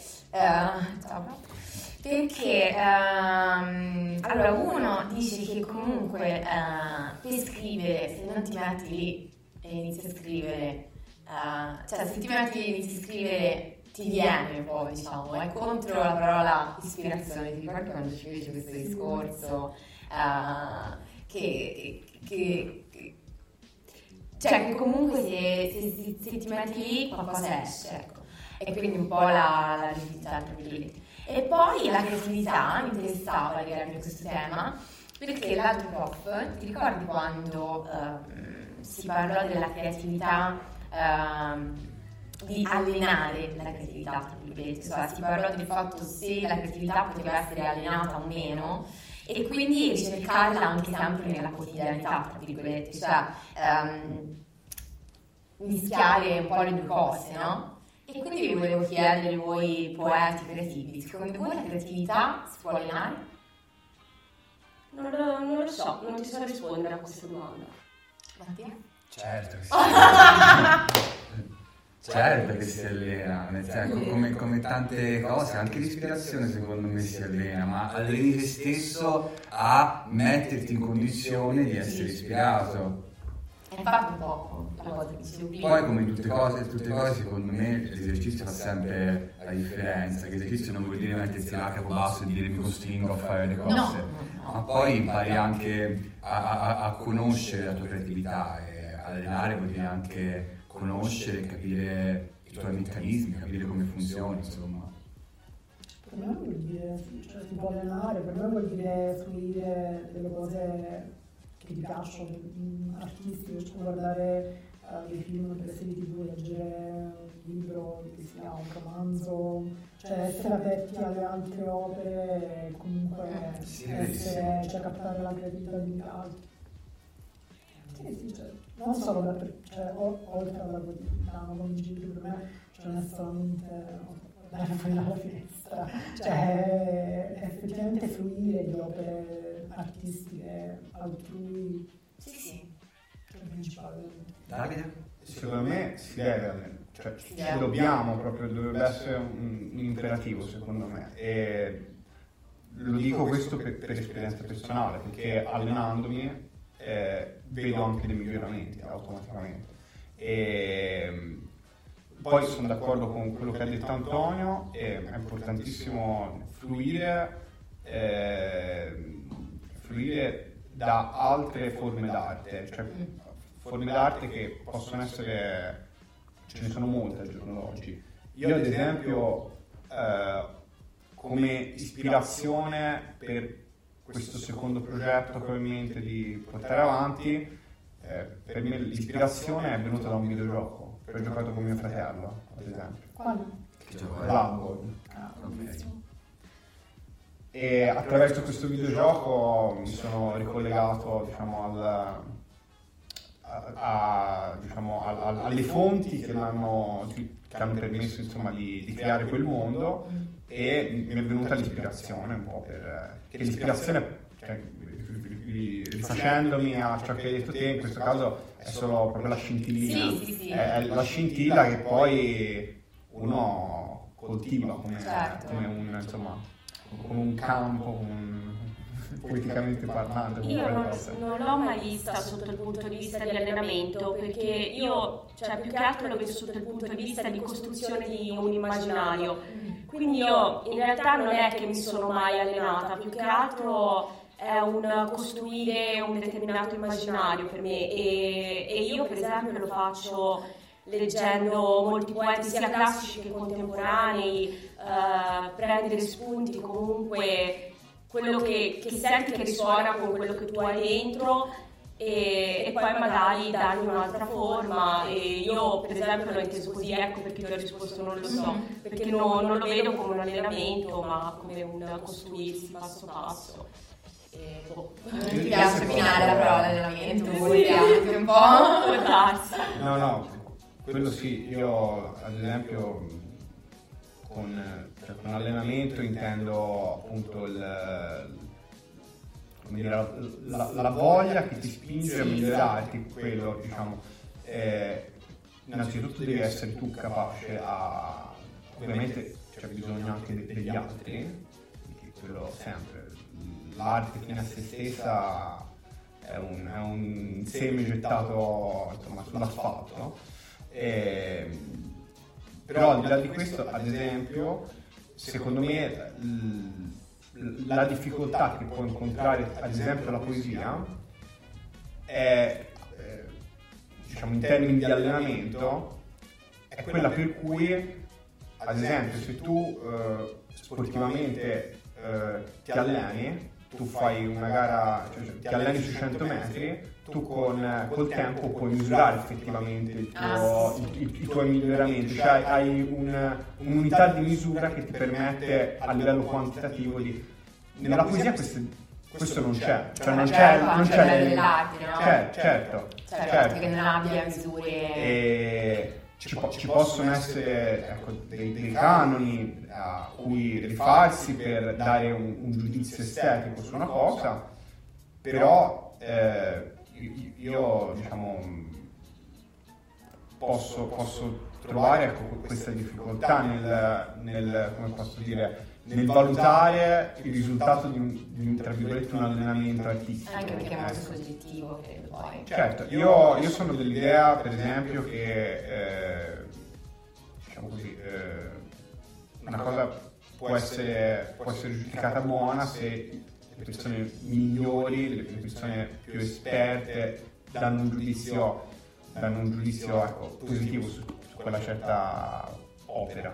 B: allora uno dice che comunque per scrivere, se non ti metti lì e inizi a scrivere, cioè se ti metti lì e inizi a scrivere ti viene un po', è contro la parola ispirazione. Ti ricordi quando ci fece questo discorso che cioè che comunque se ti metti lì qualcosa esce, ecco. E quindi un po' la rigidità lì. E poi la creatività, mi interessava legare questo tema, perché l'altro prof, ti ricordi quando si parlò della creatività, di allenare la creatività, tra virgolette, cioè si parlò del fatto se la creatività poteva essere allenata o meno, e quindi ricercarla anche sempre nella quotidianità, tra virgolette, cioè mischiare un po' le due cose, no? E quindi vi volevo chiedere, voi poeti creativi, secondo voi la creatività si può allenare?
D: Non lo so, non ti so rispondere a questa domanda.
B: Mattia?
A: Certo che si certo che si allena, nel senso, come tante cose, anche l'ispirazione secondo me si allena, ma alleni te stesso a metterti in condizione di essere ispirato.
B: Infatti un po' la cosa che dicevo prima.
A: Poi come in tutte cose secondo me l'esercizio fa sempre la differenza, che l'esercizio non vuol dire mettersi là a capo basso e dire mi costringo a fare le cose,
B: No.
A: ma poi impari anche a conoscere la tua creatività, e allenare vuol dire anche conoscere, capire i tuoi meccanismi, capire come funzioni, insomma.
C: Per me vuol dire, cioè, si può allenare, per me vuol dire fruire delle cose che ti piacciono, artistiche, cioè guardare dei film, delle serie TV, leggere un libro che sia un romanzo, cioè essere aperti alle altre opere e comunque essere, cioè, captare la creatività degli altri. Sì, cioè, non solo oltre alla quotidianità, come dici tu, per me cioè, non è solamente guardare fuori dalla finestra, cioè effettivamente fruire di opere artistiche altrui.
B: Sì.
C: Principalmente.
A: Davide?
E: Secondo me si deve, cioè ci dobbiamo proprio, dovrebbe essere un imperativo secondo me, e lo dico questo per esperienza personale, perché allenandomi vedo anche dei miglioramenti automaticamente. E poi sono d'accordo con quello che ha detto Antonio, è importantissimo fluire da altre forme d'arte, cioè forme d'arte che possono essere, ce ne sono molte al giorno d'oggi. Io ad esempio come ispirazione per questo secondo progetto che ho in mente di portare avanti, per me l'ispirazione è venuta da un videogioco che ho giocato con mio fratello, ad esempio.
C: Quale?
A: Che gioco è?
E: Bloodborne.
A: Ok.
E: E attraverso questo videogioco mi sono ricollegato, diciamo, alle fonti che hanno permesso, insomma, di creare quel mondo, e mi è venuta l'ispirazione un po' che l'ispirazione, cioè, rifacendomi a ciò che hai detto te, in questo caso è solo proprio la scintillina,
B: Sì.
E: è la scintilla che poi uno coltiva come un, insomma, come un campo, poeticamente parlando.
D: Io non l'ho mai vista sotto il punto di vista di allenamento, perché io, cioè, più che altro lo vedo sotto il punto di vista di costruzione di un immaginario. Quindi io in realtà non è che mi sono mai allenata, più che altro è un costruire un determinato immaginario per me, e io per esempio lo faccio leggendo molti poeti sia classici che contemporanei, prendere spunti, comunque quello che senti che risuona con quello che tu hai dentro, e poi magari dargli un'altra forma. E io per esempio l'ho inteso così, ecco perché ti ho risposto non lo so, perché non lo vedo come un allenamento, ma come un costruirsi passo passo.
B: Non ti piace abbinare la parola allenamento, vuoi anche un po'?
D: Può darsi.
E: No, quello sì. Io ad esempio con allenamento intendo appunto la voglia che ti spinge a migliorarti, quello, diciamo. Innanzitutto devi essere tu capace ovviamente c'è bisogno anche degli altri, quello sempre. L'arte fine a se stessa è un seme gettato, insomma, sull'asfalto, però al di là di questo, ad esempio, secondo me la difficoltà che può incontrare ad esempio la poesia è diciamo in termini di allenamento, è quella per cui, ad esempio, se tu sportivamente ti alleni, tu fai una gara, cioè ti alleni su 100 metri, tu col tempo puoi misurare effettivamente i tuoi miglioramenti, cioè hai un'unità di misura che ti permette a livello quantitativo di... Nella poesia questo non c'è, cioè non c'è
B: dell'arte, no?
E: Certo.
B: Che non abbia misure.
E: E ci possono essere dei canoni a cui rifarsi per dare un giudizio estetico su una cosa, però io diciamo posso trovare questa difficoltà nel come posso dire, nel valutare il risultato di tra virgolette un allenamento artistico.
B: Anche perché è molto soggettivo, credo poi.
E: Certo, io sono dell'idea, per esempio, che diciamo così, una cosa può essere giudicata buona se le persone migliori, le persone più esperte danno un giudizio ecco, positivo su quella certa opera.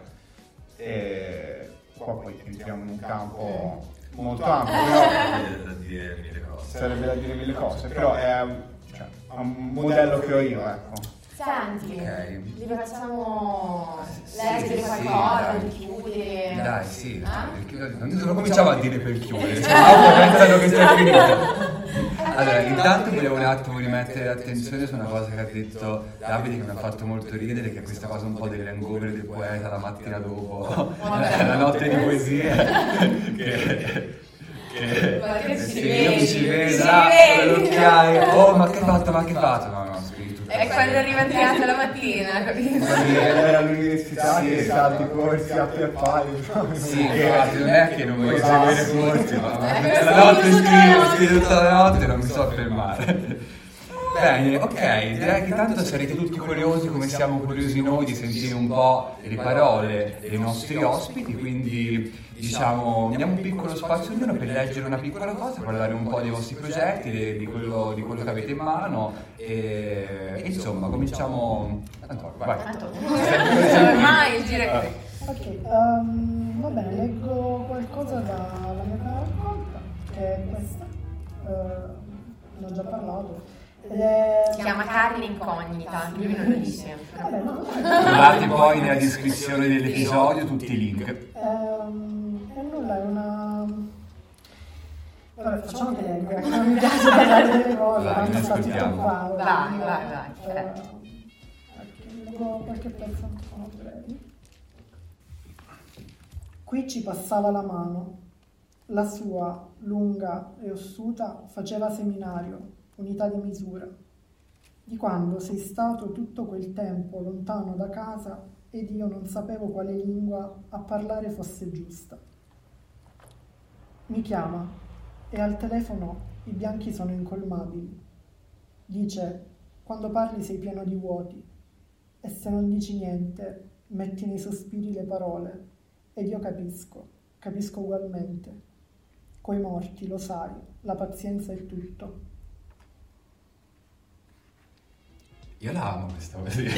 E: Qua poi entriamo in un campo molto ampio, però sarebbe da dire mille cose, però è un modello che ho io, ecco.
B: Senti,
A: Ok.
B: li facciamo leggere qualcosa, chiudere.
A: Dai, sì, non cominciamo a dire per chiudere, pensano che sia finito. Allora, intanto volevo un attimo rimettere l'attenzione su una cosa che ha detto Davide, che mi ha fatto molto ridere, che è questa cosa un po' dell'hangover del poeta la mattina dopo, la notte di poesie, che io mi ci vedo, con l'occhiale, oh ma che fatto, no, scritto.
B: È quando arriva in teatro la mattina, capito?
E: Era all'università che salti corsi a più pari.
A: Sì, infatti non è che non voglio seguire corsi, ma la notte scrivo tutta la notte e non mi so fermare. Bene, ok, direi che tanto sarete tutti curiosi come siamo curiosi noi di sentire un po' le parole dei nostri ospiti, quindi diciamo diamo un piccolo spazio ognuno per leggere una piccola cosa, parlare un po' dei vostri progetti, di quello che avete in mano e insomma cominciamo. Antonio, vai.
B: Ormai il giro è qui.
C: Ok, va bene, leggo qualcosa dalla mia prima raccolta, che è questa, ne ho già parlato.
B: Si chiama Carne Incognita, lui non lo dice.
C: Vabbè, no.
A: Trovate poi nella descrizione dell'episodio tutti i link.
C: E nulla, è una... Vabbè, facciamo che leggo, non mi piace parlare delle cose,
A: Vai,
C: tanto sta tutto
A: ascoltiamo.
C: qua.
B: Vai.
C: Leggo qualche pezzo un po' breve. Qui ci passava la mano, la sua, lunga e ossuta, faceva seminario, unità di misura, di quando sei stato tutto quel tempo lontano da casa ed io non sapevo quale lingua a parlare fosse giusta. Mi chiama e al telefono i bianchi sono incolmabili. Dice, quando parli sei pieno di vuoti e se non dici niente metti nei sospiri le parole ed io capisco ugualmente. Coi morti, lo sai, la pazienza è tutto.
A: Io la amo questa poesia.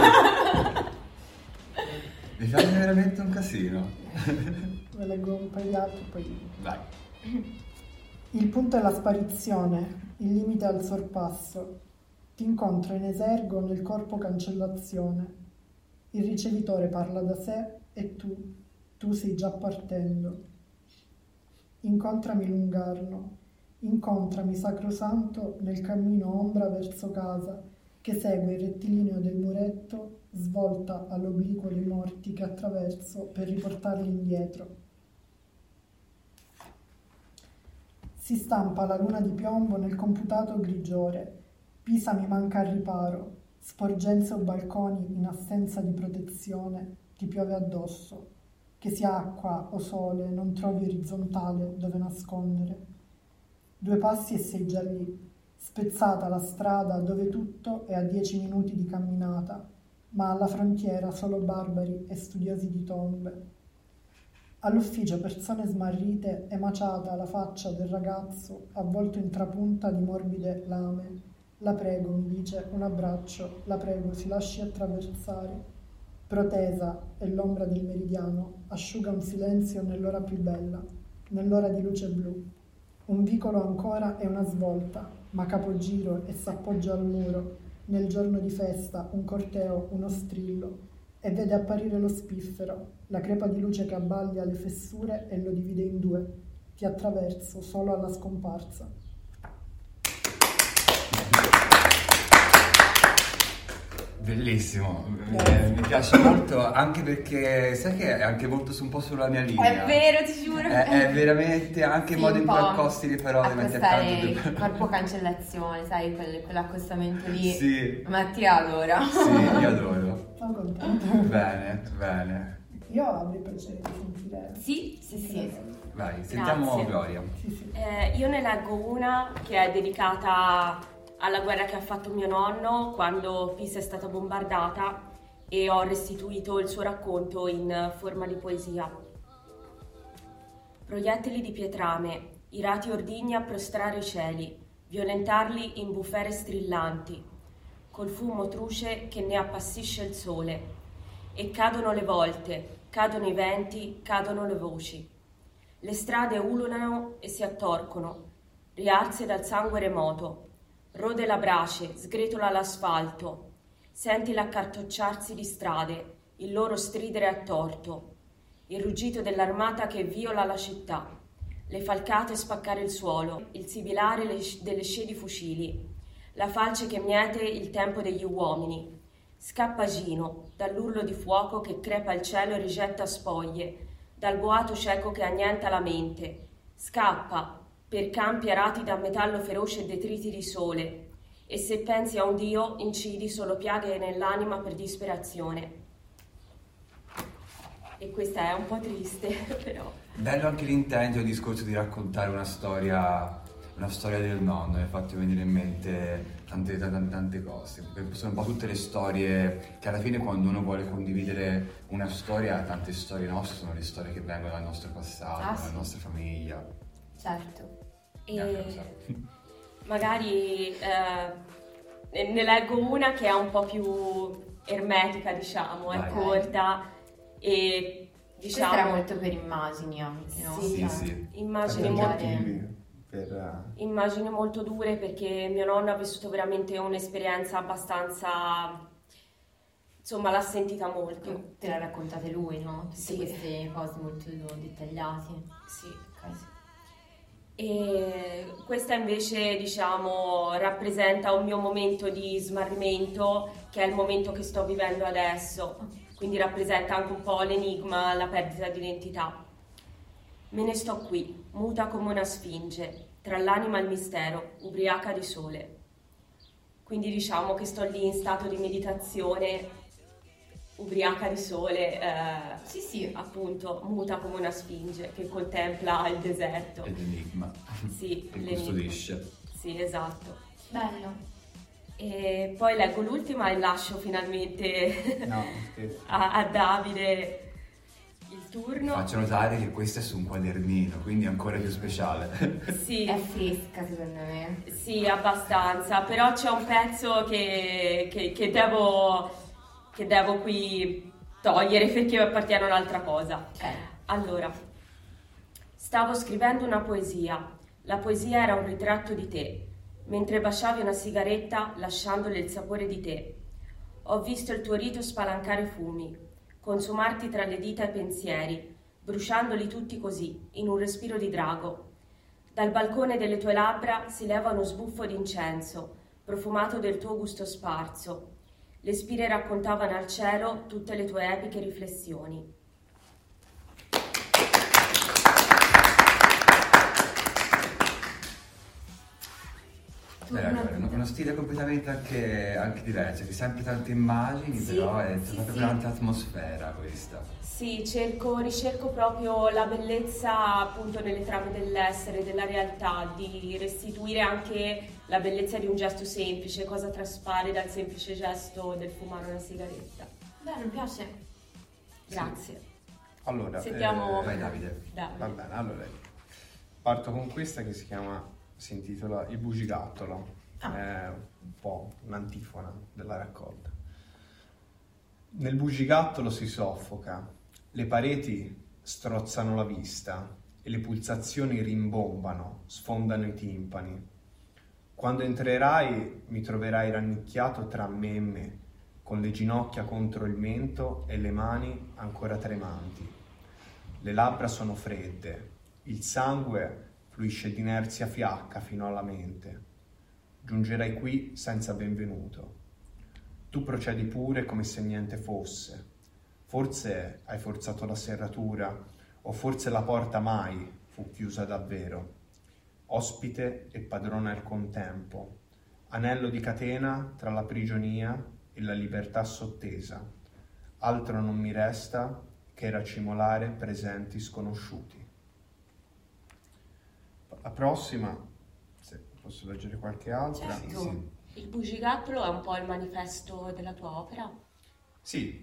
A: Mi fa veramente un casino.
C: Ve leggo un paio di altri, poi...
A: Vai.
C: Il punto è la sparizione, il limite è al sorpasso. Ti incontro in esergo nel corpo cancellazione. Il ricevitore parla da sé e tu sei già partendo. Incontrami lungarno, incontrami sacrosanto nel cammino ombra verso casa, che segue il rettilineo del muretto, svolta all'obliquo dei morti che attraverso per riportarli indietro. Si stampa la luna di piombo nel computato grigiore, Pisa mi manca al riparo, sporgenze o balconi in assenza di protezione, ti piove addosso, che sia acqua o sole non trovi orizzontale dove nascondere. 2 passi e sei già lì, spezzata la strada dove tutto è a 10 minuti di camminata, ma alla frontiera solo barbari e studiosi di tombe. All'ufficio persone smarrite, emaciata la faccia del ragazzo avvolto in trapunta di morbide lame, La prego, mi dice, un abbraccio, la prego, si lasci attraversare. Protesa è l'ombra del meridiano, asciuga un silenzio nell'ora più bella, nell'ora di luce blu. Un vicolo ancora è una svolta, ma capogiro e s'appoggia al muro. Nel giorno di festa un corteo, uno strillo, e vede apparire lo spiffero, la crepa di luce che abbaglia le fessure e lo divide in due. Ti attraverso solo alla scomparsa.
A: Bellissimo, mi piace molto, anche perché sai che è anche molto un po' sulla mia linea.
B: È vero, ti giuro.
A: È veramente anche il
B: Sì,
A: modo in
B: un
A: cui
B: po'
A: accosti le parole, metti
B: accostare
A: accanto
B: il corpo cancellazione, sai, quell'accostamento lì.
A: Sì.
B: Mattia adora.
A: Sì, io adoro.
C: Sono contenta.
A: Bene, bene.
C: Io avrei piacere di sentire.
B: Sì.
A: Vai, sentiamo
D: Grazie.
A: Gloria.
C: Sì.
D: Io ne leggo una che è dedicata alla guerra che ha fatto mio nonno quando Pisa è stata bombardata e ho restituito il suo racconto in forma di poesia. Proiettili di pietrame, irati ordigni a prostrare i cieli, violentarli in bufere strillanti, col fumo truce che ne appassisce il sole. E cadono le volte, cadono i venti, cadono le voci. Le strade ululano e si attorcono, riarse dal sangue remoto. Rode la brace, sgretola l'asfalto. Senti l'accartocciarsi di strade, il loro stridere a torto. Il ruggito dell'armata che viola la città. Le falcate spaccare il suolo, il sibilare delle scie di fucili. La falce che miete il tempo degli uomini. Scappa Gino, dall'urlo di fuoco che crepa il cielo e rigetta spoglie, dal boato cieco che annienta la mente. Scappa, per campi arati da metallo feroce e detriti di sole, e se pensi a un Dio incidi solo piaghe nell'anima per disperazione. E questa è un po' triste, però.
A: Bello anche l'intento e il discorso di raccontare una storia del nonno, mi ha fatto venire in mente tante cose. Sono un po' tutte le storie che alla fine quando uno vuole condividere una storia, tante storie nostre sono le storie che vengono dal nostro passato,
B: Sì.
A: dalla nostra famiglia.
B: Certo.
D: Magari ne leggo una che è un po' più ermetica, diciamo,
A: Vai.
D: è corta e
B: Questa era
D: diciamo
B: molto per immagini anche, no?
A: Sì.
D: immagini
E: Per
D: molto,
E: motivi, per...
D: immagini molto dure perché mio nonno ha vissuto veramente un'esperienza abbastanza, insomma, l'ha sentita molto.
B: Te la raccontate lui, no? Tutte
D: Sì.
B: queste cose molto dettagliate.
D: Sì.
B: Ok.
D: E questa invece, diciamo, rappresenta un mio momento di smarrimento, che è il momento che sto vivendo adesso. Quindi rappresenta anche un po' l'enigma, la perdita di identità. Me ne sto qui, muta come una sfinge, tra l'anima e il mistero, ubriaca di sole. Quindi diciamo che sto lì in stato di meditazione, ubriaca di sole,
B: Sì.
D: appunto, muta come una sfinge che contempla il deserto.
A: È l'enigma
D: Sì,
A: che
D: l'enigma.
A: custodisce.
D: Sì, esatto.
B: Bello.
D: E poi leggo l'ultima e lascio finalmente
E: No, scherzo.
D: a Davide il turno.
A: Faccio notare che questa è su un quadernino, quindi è ancora più speciale.
D: Sì,
B: È fresca secondo me.
D: sì, abbastanza, però c'è un pezzo che devo qui togliere perché appartiene a un'altra cosa.
B: Ok.
D: Allora, stavo scrivendo una poesia. La poesia era un ritratto di te, mentre baciavi una sigaretta lasciandole il sapore di te. Ho visto il tuo rito spalancare fumi, consumarti tra le dita i pensieri, bruciandoli tutti così, in un respiro di drago. Dal balcone delle tue labbra si leva uno sbuffo d'incenso, profumato del tuo gusto sparso. Le spire raccontavano al cielo tutte le tue epiche riflessioni.
A: Uno stile completamente anche diverso, che sempre tante immagini,
D: Sì,
A: però è
D: sì,
A: proprio
D: sì.
A: un'altra atmosfera questa.
D: Sì, ricerco proprio la bellezza appunto nelle trame dell'essere, della realtà, di restituire anche la bellezza di un gesto semplice, cosa traspare dal semplice gesto del fumare una sigaretta.
B: Bello, mi piace.
D: Grazie.
E: Allora,
D: Sentiamo.
A: Vai Davide.
D: Davide.
E: va bene, allora parto con questa che si intitola Il bugigattolo. È un po' un'antifona della raccolta. Nel bugigattolo si soffoca, le pareti strozzano la vista e le pulsazioni rimbombano, sfondano i timpani. Quando entrerai mi troverai rannicchiato tra me e me, con le ginocchia contro il mento e le mani ancora tremanti. Le labbra sono fredde, il sangue fluisce d'inerzia fiacca fino alla mente. Giungerai qui senza benvenuto. Tu procedi pure come se niente fosse. Forse hai forzato la serratura, o forse la porta mai fu chiusa davvero. Ospite e padrona al contempo, anello di catena tra la prigionia e la libertà sottesa. Altro non mi resta che racimolare presenti sconosciuti. La prossima, se posso leggere qualche altra.
D: Certo.
A: Sì.
D: Il bugigattolo è un po' il manifesto della tua opera?
E: Sì,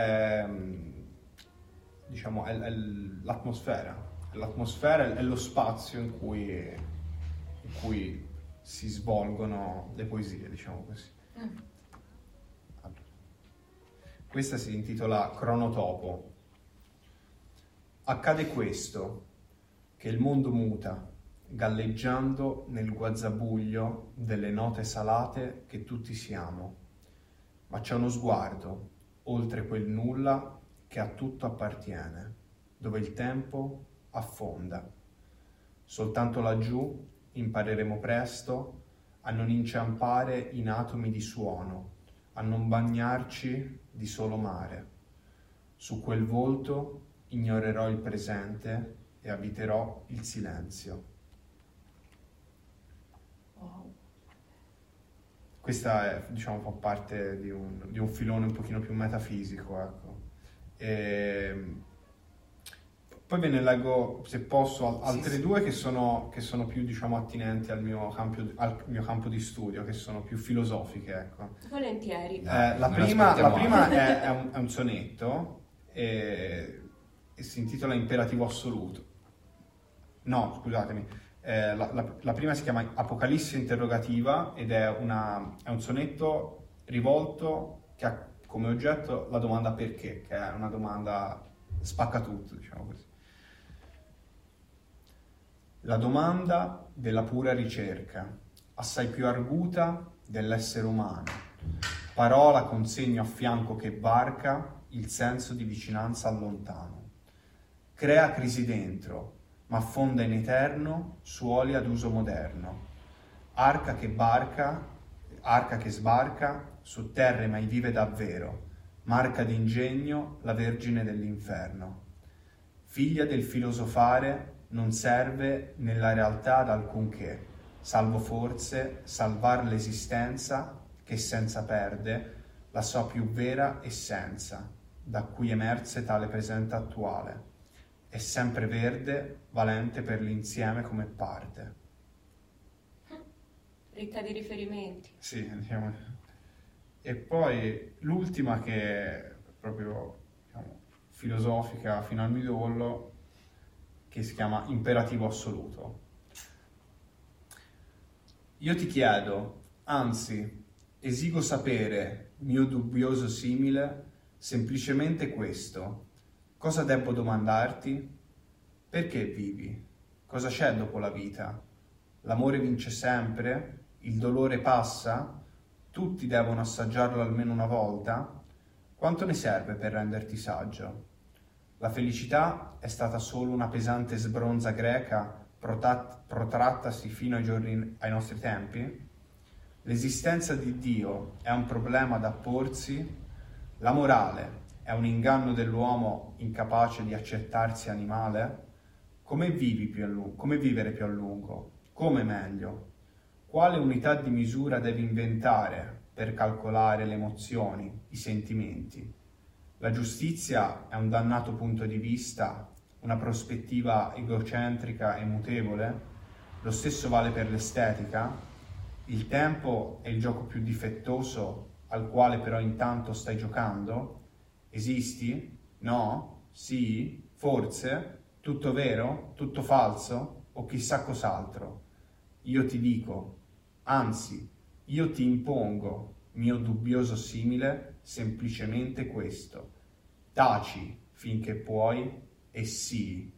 E: diciamo, è l'atmosfera. L'atmosfera è lo spazio in cui si svolgono le poesie, diciamo così. Allora, questa si intitola Cronotopo. Accade questo, che il mondo muta, galleggiando nel guazzabuglio delle note salate che tutti siamo. Ma c'è uno sguardo, oltre quel nulla che a tutto appartiene, dove il tempo affonda. Soltanto laggiù impareremo presto a non inciampare in atomi di suono, a non bagnarci di solo mare. Su quel volto ignorerò il presente e abiterò il silenzio.
D: Wow.
E: Questa è, diciamo, fa parte di un filone un pochino più metafisico, ecco. Poi ve ne leggo, se posso, altre
A: Sì.
E: due che sono più, diciamo, attinenti al mio campo di studio, che sono più filosofiche, ecco.
D: Volentieri.
E: La
A: me
E: prima
A: l'aspettiamo.
E: è un sonetto e si intitola Imperativo assoluto. No, scusatemi. La prima si chiama Apocalisse interrogativa ed è un sonetto rivolto che ha come oggetto la domanda perché, che è una domanda spacca tutto, diciamo così. La domanda della pura ricerca, assai più arguta dell'essere umano, parola con segno a fianco che varca il senso di vicinanza al lontano. Crea crisi dentro, ma affonda in eterno suoli ad uso moderno. Arca che sbarca su terre mai vive davvero, marca d'ingegno la Vergine dell'inferno. Figlia del filosofare, non serve nella realtà ad alcunché, salvo forse salvar l'esistenza che senza perde la sua più vera essenza, da cui emerse tale presente attuale. È sempre verde, valente per l'insieme come parte.
D: Ricca di riferimenti.
E: Sì, diciamo. E poi l'ultima che è proprio, diciamo, filosofica fino al midollo, che si chiama Imperativo assoluto. Io ti chiedo, anzi, esigo sapere, mio dubbioso simile, semplicemente questo. Cosa debbo domandarti? Perché vivi? Cosa c'è dopo la vita? L'amore vince sempre? Il dolore passa? Tutti devono assaggiarlo almeno una volta? Quanto ne serve per renderti saggio? La felicità è stata solo una pesante sbronza greca protrattasi fino ai nostri tempi? L'esistenza di Dio è un problema da porsi? La morale è un inganno dell'uomo incapace di accettarsi animale? Come vivere più a lungo? Come meglio? Quale unità di misura devi inventare per calcolare le emozioni, i sentimenti? La giustizia è un dannato punto di vista, una prospettiva egocentrica e mutevole? Lo stesso vale per l'estetica? Il tempo è il gioco più difettoso al quale però intanto stai giocando? Esisti? No? Sì? Forse? Tutto vero? Tutto falso? O chissà cos'altro? Io ti dico, anzi, Io ti impongo, mio dubbioso simile, semplicemente questo. Taci finché puoi e sii.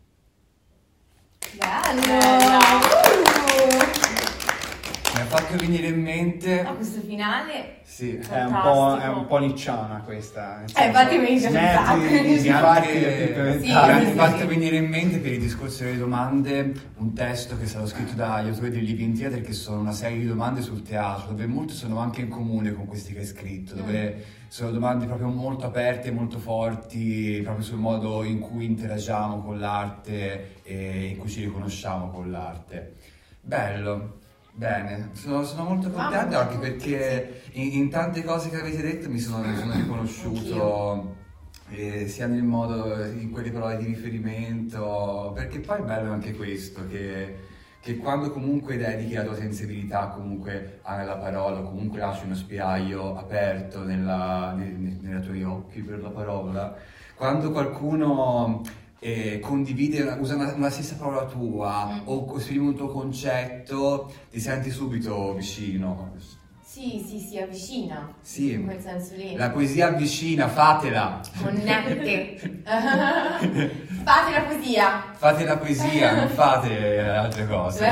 B: Bello!
A: Mi ha fatto venire in mente...
B: A questo finale...
A: Sì.
E: È un po' nicciana questa.
B: infatti mi piace un sacco.
E: Mi ha
A: fatto venire in mente, per il discorso delle domande, un testo che è stato scritto dagli autori del Living in Theatre, che sono una serie di domande sul teatro, dove molte sono anche in comune con questi che hai scritto, dove sono domande proprio molto aperte, molto forti, proprio sul modo in cui interagiamo con l'arte e in cui ci riconosciamo con l'arte. Bello. Bene, sono molto contento anche perché in tante cose che avete detto mi sono riconosciuto sia nel modo, in quelle parole di riferimento, perché poi è bello anche questo, che quando comunque dedichi la tua sensibilità comunque alla parola, comunque lasci uno spiraglio aperto nei tuoi occhi per la parola, quando qualcuno... condivide, usa una stessa parola tua o esprime un tuo concetto, ti senti subito vicino.
B: Sì, avvicina.
A: Sì.
B: In quel senso lì.
A: La poesia avvicina, fatela.
B: Connette. Fate la poesia.
A: Fate la poesia, non fate altre cose.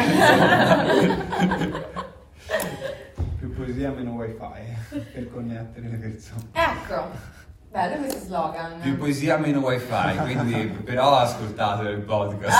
E: Più poesia, meno wifi per connettere le persone.
B: Ecco. Bello questo slogan.
A: Più poesia, meno wifi, quindi però ascoltate il podcast.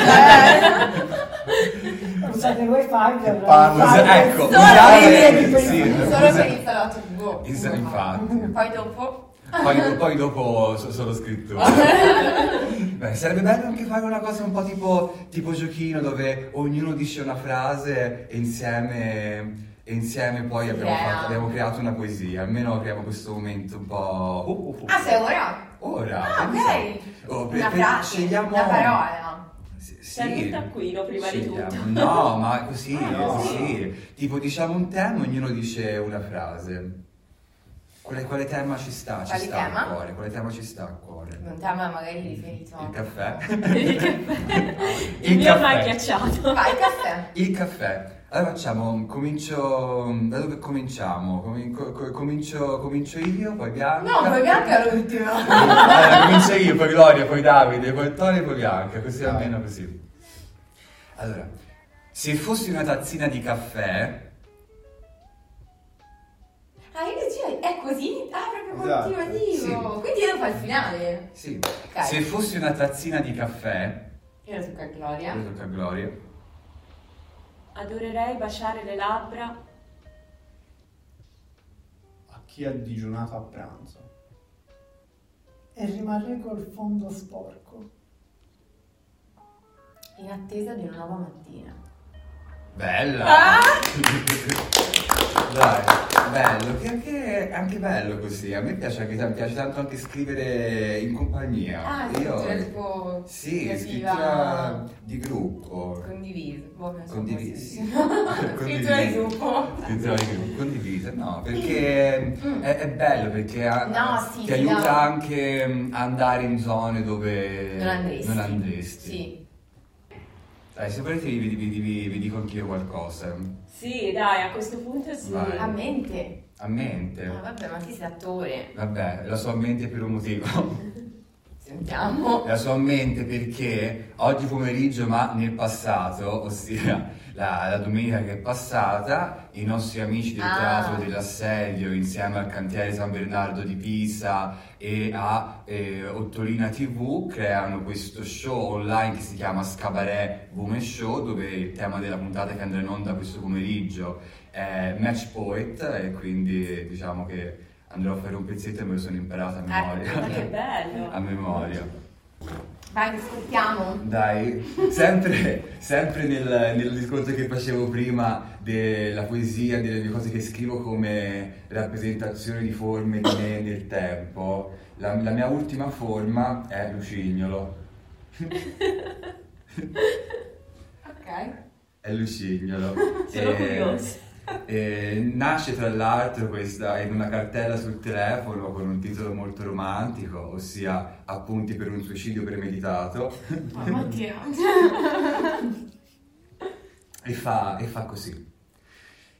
C: Usate il wifi per
A: ecco,
B: solo per il salotto TV.
A: Infatti.
B: Poi dopo...
A: Solo scrittura. Beh, sarebbe bello anche fare una cosa un po' tipo giochino, dove ognuno dice una frase e insieme poi abbiamo creato una poesia. Almeno abbiamo questo momento un po'...
B: sei ora?
A: Ora.
B: Ok. Una frase,
A: scegliamo...
B: una parola.
A: Sì.
D: C'è un taccuino prima di tutto.
A: No, ma così,
E: No.
A: sì. Tipo diciamo un tema, ognuno dice una frase. Quale tema ci sta? Ci sta a cuore? Quale tema ci sta a cuore?
B: Un tema magari riferito.
A: Il caffè.
D: Il mio mi ha ghiacciato.
B: Vai, caffè.
A: Il caffè. Allora comincio... Da dove cominciamo? Comincio io, poi Bianca.
B: No, poi Bianca è l'ultima.
A: Allora, comincio io, poi Gloria, poi Davide, poi Antonio e poi Bianca, così almeno così. Allora, se fossi una tazzina di caffè...
B: È così? Proprio
E: Esatto.
B: continuativo.
A: Sì.
B: Quindi io devo fare il finale.
A: Sì.
B: Ok.
A: Se fossi una tazzina di caffè...
B: Io tocca a Gloria.
A: Io tocca a Gloria.
D: Adorerei baciare le labbra
E: A chi ha digiunato a pranzo.
C: e rimarrei col fondo sporco.
B: In attesa di una nuova mattina.
A: Bella! Dai, bello, che anche bello così. A me piace tanto anche scrivere in compagnia.
B: Scrittura tipo
A: Sì,
B: creativa.
A: scrittura di gruppo.
B: Condiviso.
A: Condivisi.
B: Scrittura di gruppo.
A: Scrittura di gruppo, condivisa, no, perché è bello, perché
B: sì,
A: ti aiuta anche a andare in zone dove
B: non andresti.
A: Sì. Dai, se volete vi dico anch'io qualcosa.
D: Sì, dai, a questo punto sì.
A: Vai.
B: A mente.
A: A mente.
B: Vabbè, ma chi sei attore?
A: Vabbè, la so a mente per un motivo.
B: Sentiamo.
A: La so a mente perché oggi pomeriggio, ma nel passato, ossia la domenica che è passata, i nostri amici del Teatro dell'Assedio, insieme al Cantiere San Bernardo di Pisa e a Ottolina TV, creano questo show online che si chiama Scabaret Women Show, dove il tema della puntata che andrà in onda questo pomeriggio è Match Poet, e quindi diciamo che andrò a fare un pezzetto e me lo sono imparato a memoria.
D: Ma che bello!
A: A memoria.
B: Vai, ascoltiamo.
A: Dai, sempre nel discorso che facevo prima della poesia, delle mie cose che scrivo come rappresentazione di forme di me nel tempo, la mia ultima forma è Lucignolo.
B: Ok.
A: È Lucignolo.
D: Sono curiosa.
A: Nasce tra l'altro questa in una cartella sul telefono con un titolo molto romantico, ossia Appunti per un suicidio premeditato.
B: Mamma mia.
A: e fa così.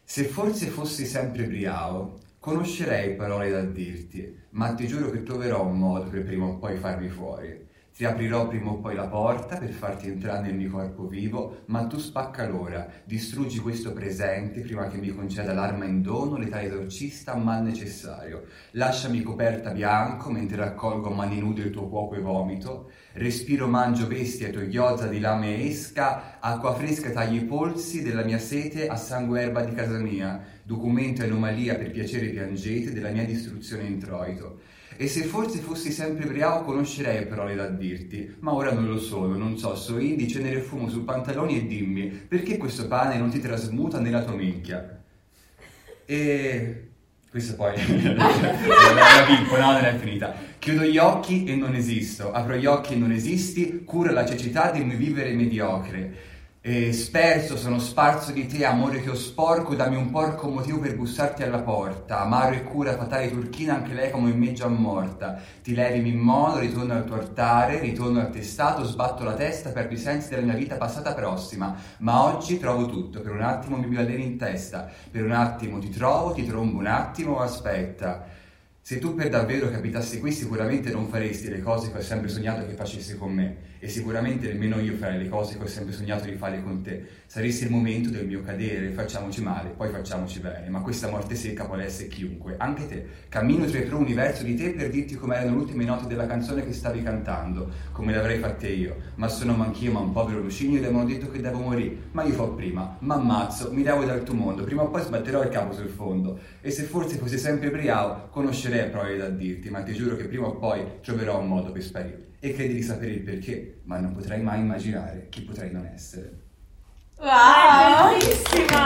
A: Se forse fossi sempre Briao, conoscerei parole da dirti, ma ti giuro che troverò un modo per prima o poi farmi fuori. Ti aprirò prima o poi la porta per farti entrare nel mio corpo vivo, ma tu spacca l'ora, distruggi questo presente prima che mi conceda l'arma in dono, letale esorcista mal necessario. Lasciami coperta bianco mentre raccolgo a mani nude il tuo fuoco e vomito. Respiro, mangio bestia e togliozza di lame e esca, acqua fresca tagli i polsi della mia sete a sangue erba di casa mia, documento e anomalia per piacere piangete della mia distruzione introito. E se forse fossi sempre Briao conoscerei parole da dirti, ma ora non lo sono, non so, so indice nel fumo sul pantaloni e dimmi, perché questo pane non ti trasmuta nella tua minchia? E... questo poi la pippo, no, non è finita. Chiudo gli occhi e non esisto, apro gli occhi e non esisti, cura la cecità del mio vivere mediocre. E sperso, sono sparso di te, amore che ho sporco, dammi un porco motivo per bussarti alla porta. Amaro e cura fatale turchina, anche lei come in me già morta. Ti levimi in modo, ritorno al tuo altare, ritorno al testato, sbatto la testa, perdo i sensi della mia vita passata prossima. Ma oggi trovo tutto, per un attimo mi baleni in testa, per un attimo ti trovo, ti trombo un attimo, aspetta. Se tu per davvero capitassi qui sicuramente non faresti le cose che ho sempre sognato che facessi con me e sicuramente nemmeno io farei le cose che ho sempre sognato di fare con te. Saresti il momento del mio cadere, facciamoci male, poi facciamoci bene, ma questa morte secca può essere chiunque, anche te. Cammino tra il universo di te per dirti come erano le ultime note della canzone che stavi cantando, come le avrei fatte io, ma sono anch'io ma un povero lucinio ed avevano detto che devo morire, ma io fo prima, m'ammazzo, mi levo dal tuo mondo, prima o poi sbatterò il capo sul fondo e se forse fossi sempre Briao conoscerei parole da dirti, ma ti giuro che prima o poi troverò un modo per sparire. E credi di sapere il perché, ma non potrai mai immaginare chi potrei non essere.
B: Wow!
D: Bellissima!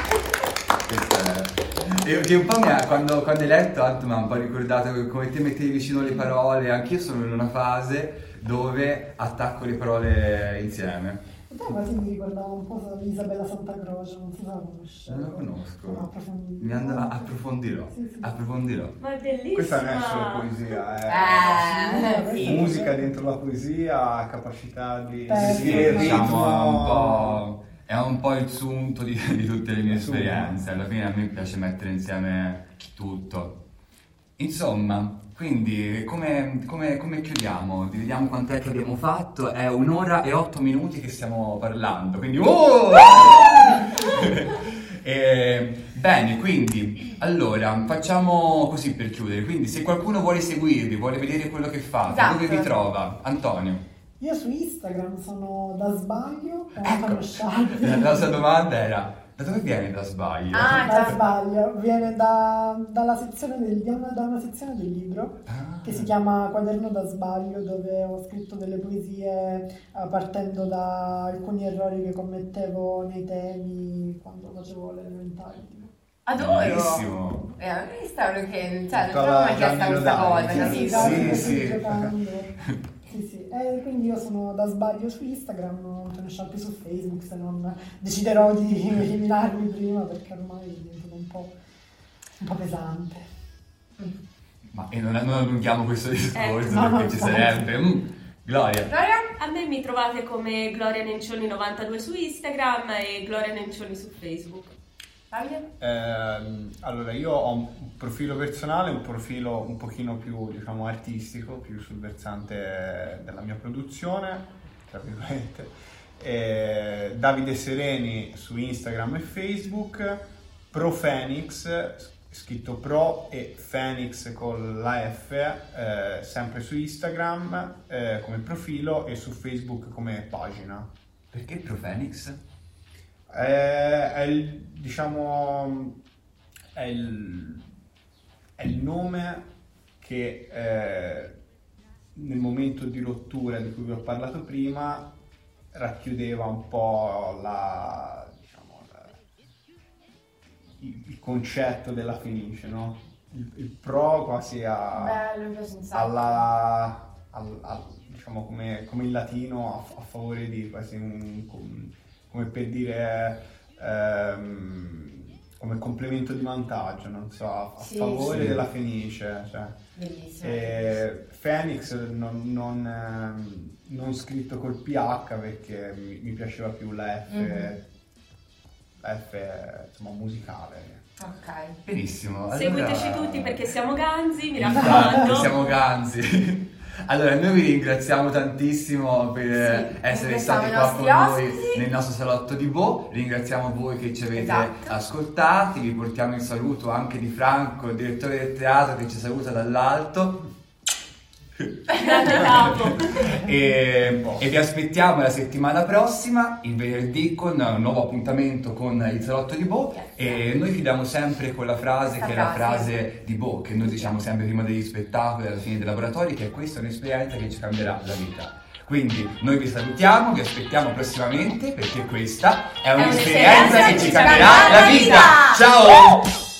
A: Questa è... che un po' quando hai letto, Anto, mi ha un po' ricordato come te mettevi vicino le parole, anch'io sono in una fase dove attacco le parole insieme.
C: Quasi mi ricordava un po' di Isabella Santa Croce, non so se la conosci.
A: Non la conosco.
C: No,
A: approfondirò.
C: Sì.
A: Approfondirò.
D: Ma è bellissima!
E: Questa non è solo poesia, è
B: Sì.
E: musica dentro la poesia, capacità di
C: Sì,
E: il
A: Diciamo,
E: ritmo.
A: è un po' il sunto di tutte le mie
E: Insomma.
A: esperienze. Alla fine a me piace mettere insieme tutto. Insomma, quindi come chiudiamo? Vediamo quant'è che abbiamo fatto. È 1 ora e 8 minuti che stiamo parlando. Quindi... bene, quindi, allora, facciamo così per chiudere. Quindi, se qualcuno vuole seguirvi, vuole vedere quello che fate,
B: Esatto.
A: dove vi trova? Antonio.
C: Io su Instagram sono da sbaglio,
A: Ecco,
C: conosciate.
A: la nostra domanda era, da dove viene da sbaglio?
B: Ah,
C: Da sbaglio, viene dalla sezione da una sezione del libro
A: Ah.
C: che si chiama Quaderno da sbaglio, dove ho scritto delle poesie partendo da alcuni errori che commettevo nei temi quando facevo le elementari.
B: Adoro!
A: Bellissimo.
B: Visto che, cioè,
E: Tutta
B: non
E: la
B: mi chiesta
E: Gianni
B: questa
E: Rodari.
B: cosa,
A: Sì,
B: capito?
A: sì.
C: Giocando. Sì. E quindi io sono da sbaglio su Instagram, non te ne scialpi su Facebook se non deciderò di eliminarmi prima perché ormai è diventato un po' pesante.
A: Ma non allunghiamo questo discorso
C: no,
A: perché
C: no,
A: ci
C: no.
A: sarebbe... Gloria.
B: Gloria?
D: A me mi trovate come Gloria Nencioni 92 su Instagram e Gloria Nencioni su Facebook.
B: Davide?
E: Allora, io ho un profilo personale, un profilo un pochino più, diciamo, artistico, più sul versante della mia produzione, tra virgolette. Davide Sereni su Instagram e Facebook, Pro Phoenix, scritto Pro e Phoenix con la F, sempre su Instagram come profilo e su Facebook come pagina.
A: Perché Pro Phoenix?
E: È il, diciamo, è il nome che nel momento di rottura di cui vi ho parlato prima racchiudeva un po' il concetto della Fenice, no? Il pro quasi
B: Bello, mi piace un sacco.
E: diciamo come il latino a favore di quasi come per dire come complemento di vantaggio, non so, a
B: Sì,
E: favore
A: sì.
E: della Fenice, cioè.
B: Bellissimo.
E: Phoenix non scritto col PH perché mi piaceva più la F, la F è insomma musicale.
B: Ok.
A: Benissimo. Allora...
D: Seguiteci tutti perché siamo ganzi, mi
A: Infatti,
D: raccomando.
A: siamo ganzi. Allora, noi vi ringraziamo tantissimo per essere stati qua con noi nel nostro salotto di Bo. Ringraziamo voi che ci avete ascoltati. Vi portiamo il saluto anche di Franco, il direttore del teatro, che ci saluta dall'alto.
D: Grande capo.
A: E vi aspettiamo la settimana prossima, il venerdì, con un nuovo appuntamento con il salotto di Bo. E noi chiudiamo sempre con la frase che è la frase di Bo, che noi diciamo sempre prima degli spettacoli, alla fine dei laboratori, che è: questa è un'esperienza che ci cambierà la vita. Quindi noi vi salutiamo, vi aspettiamo prossimamente, perché questa è un'esperienza che ci cambierà la vita. Ciao!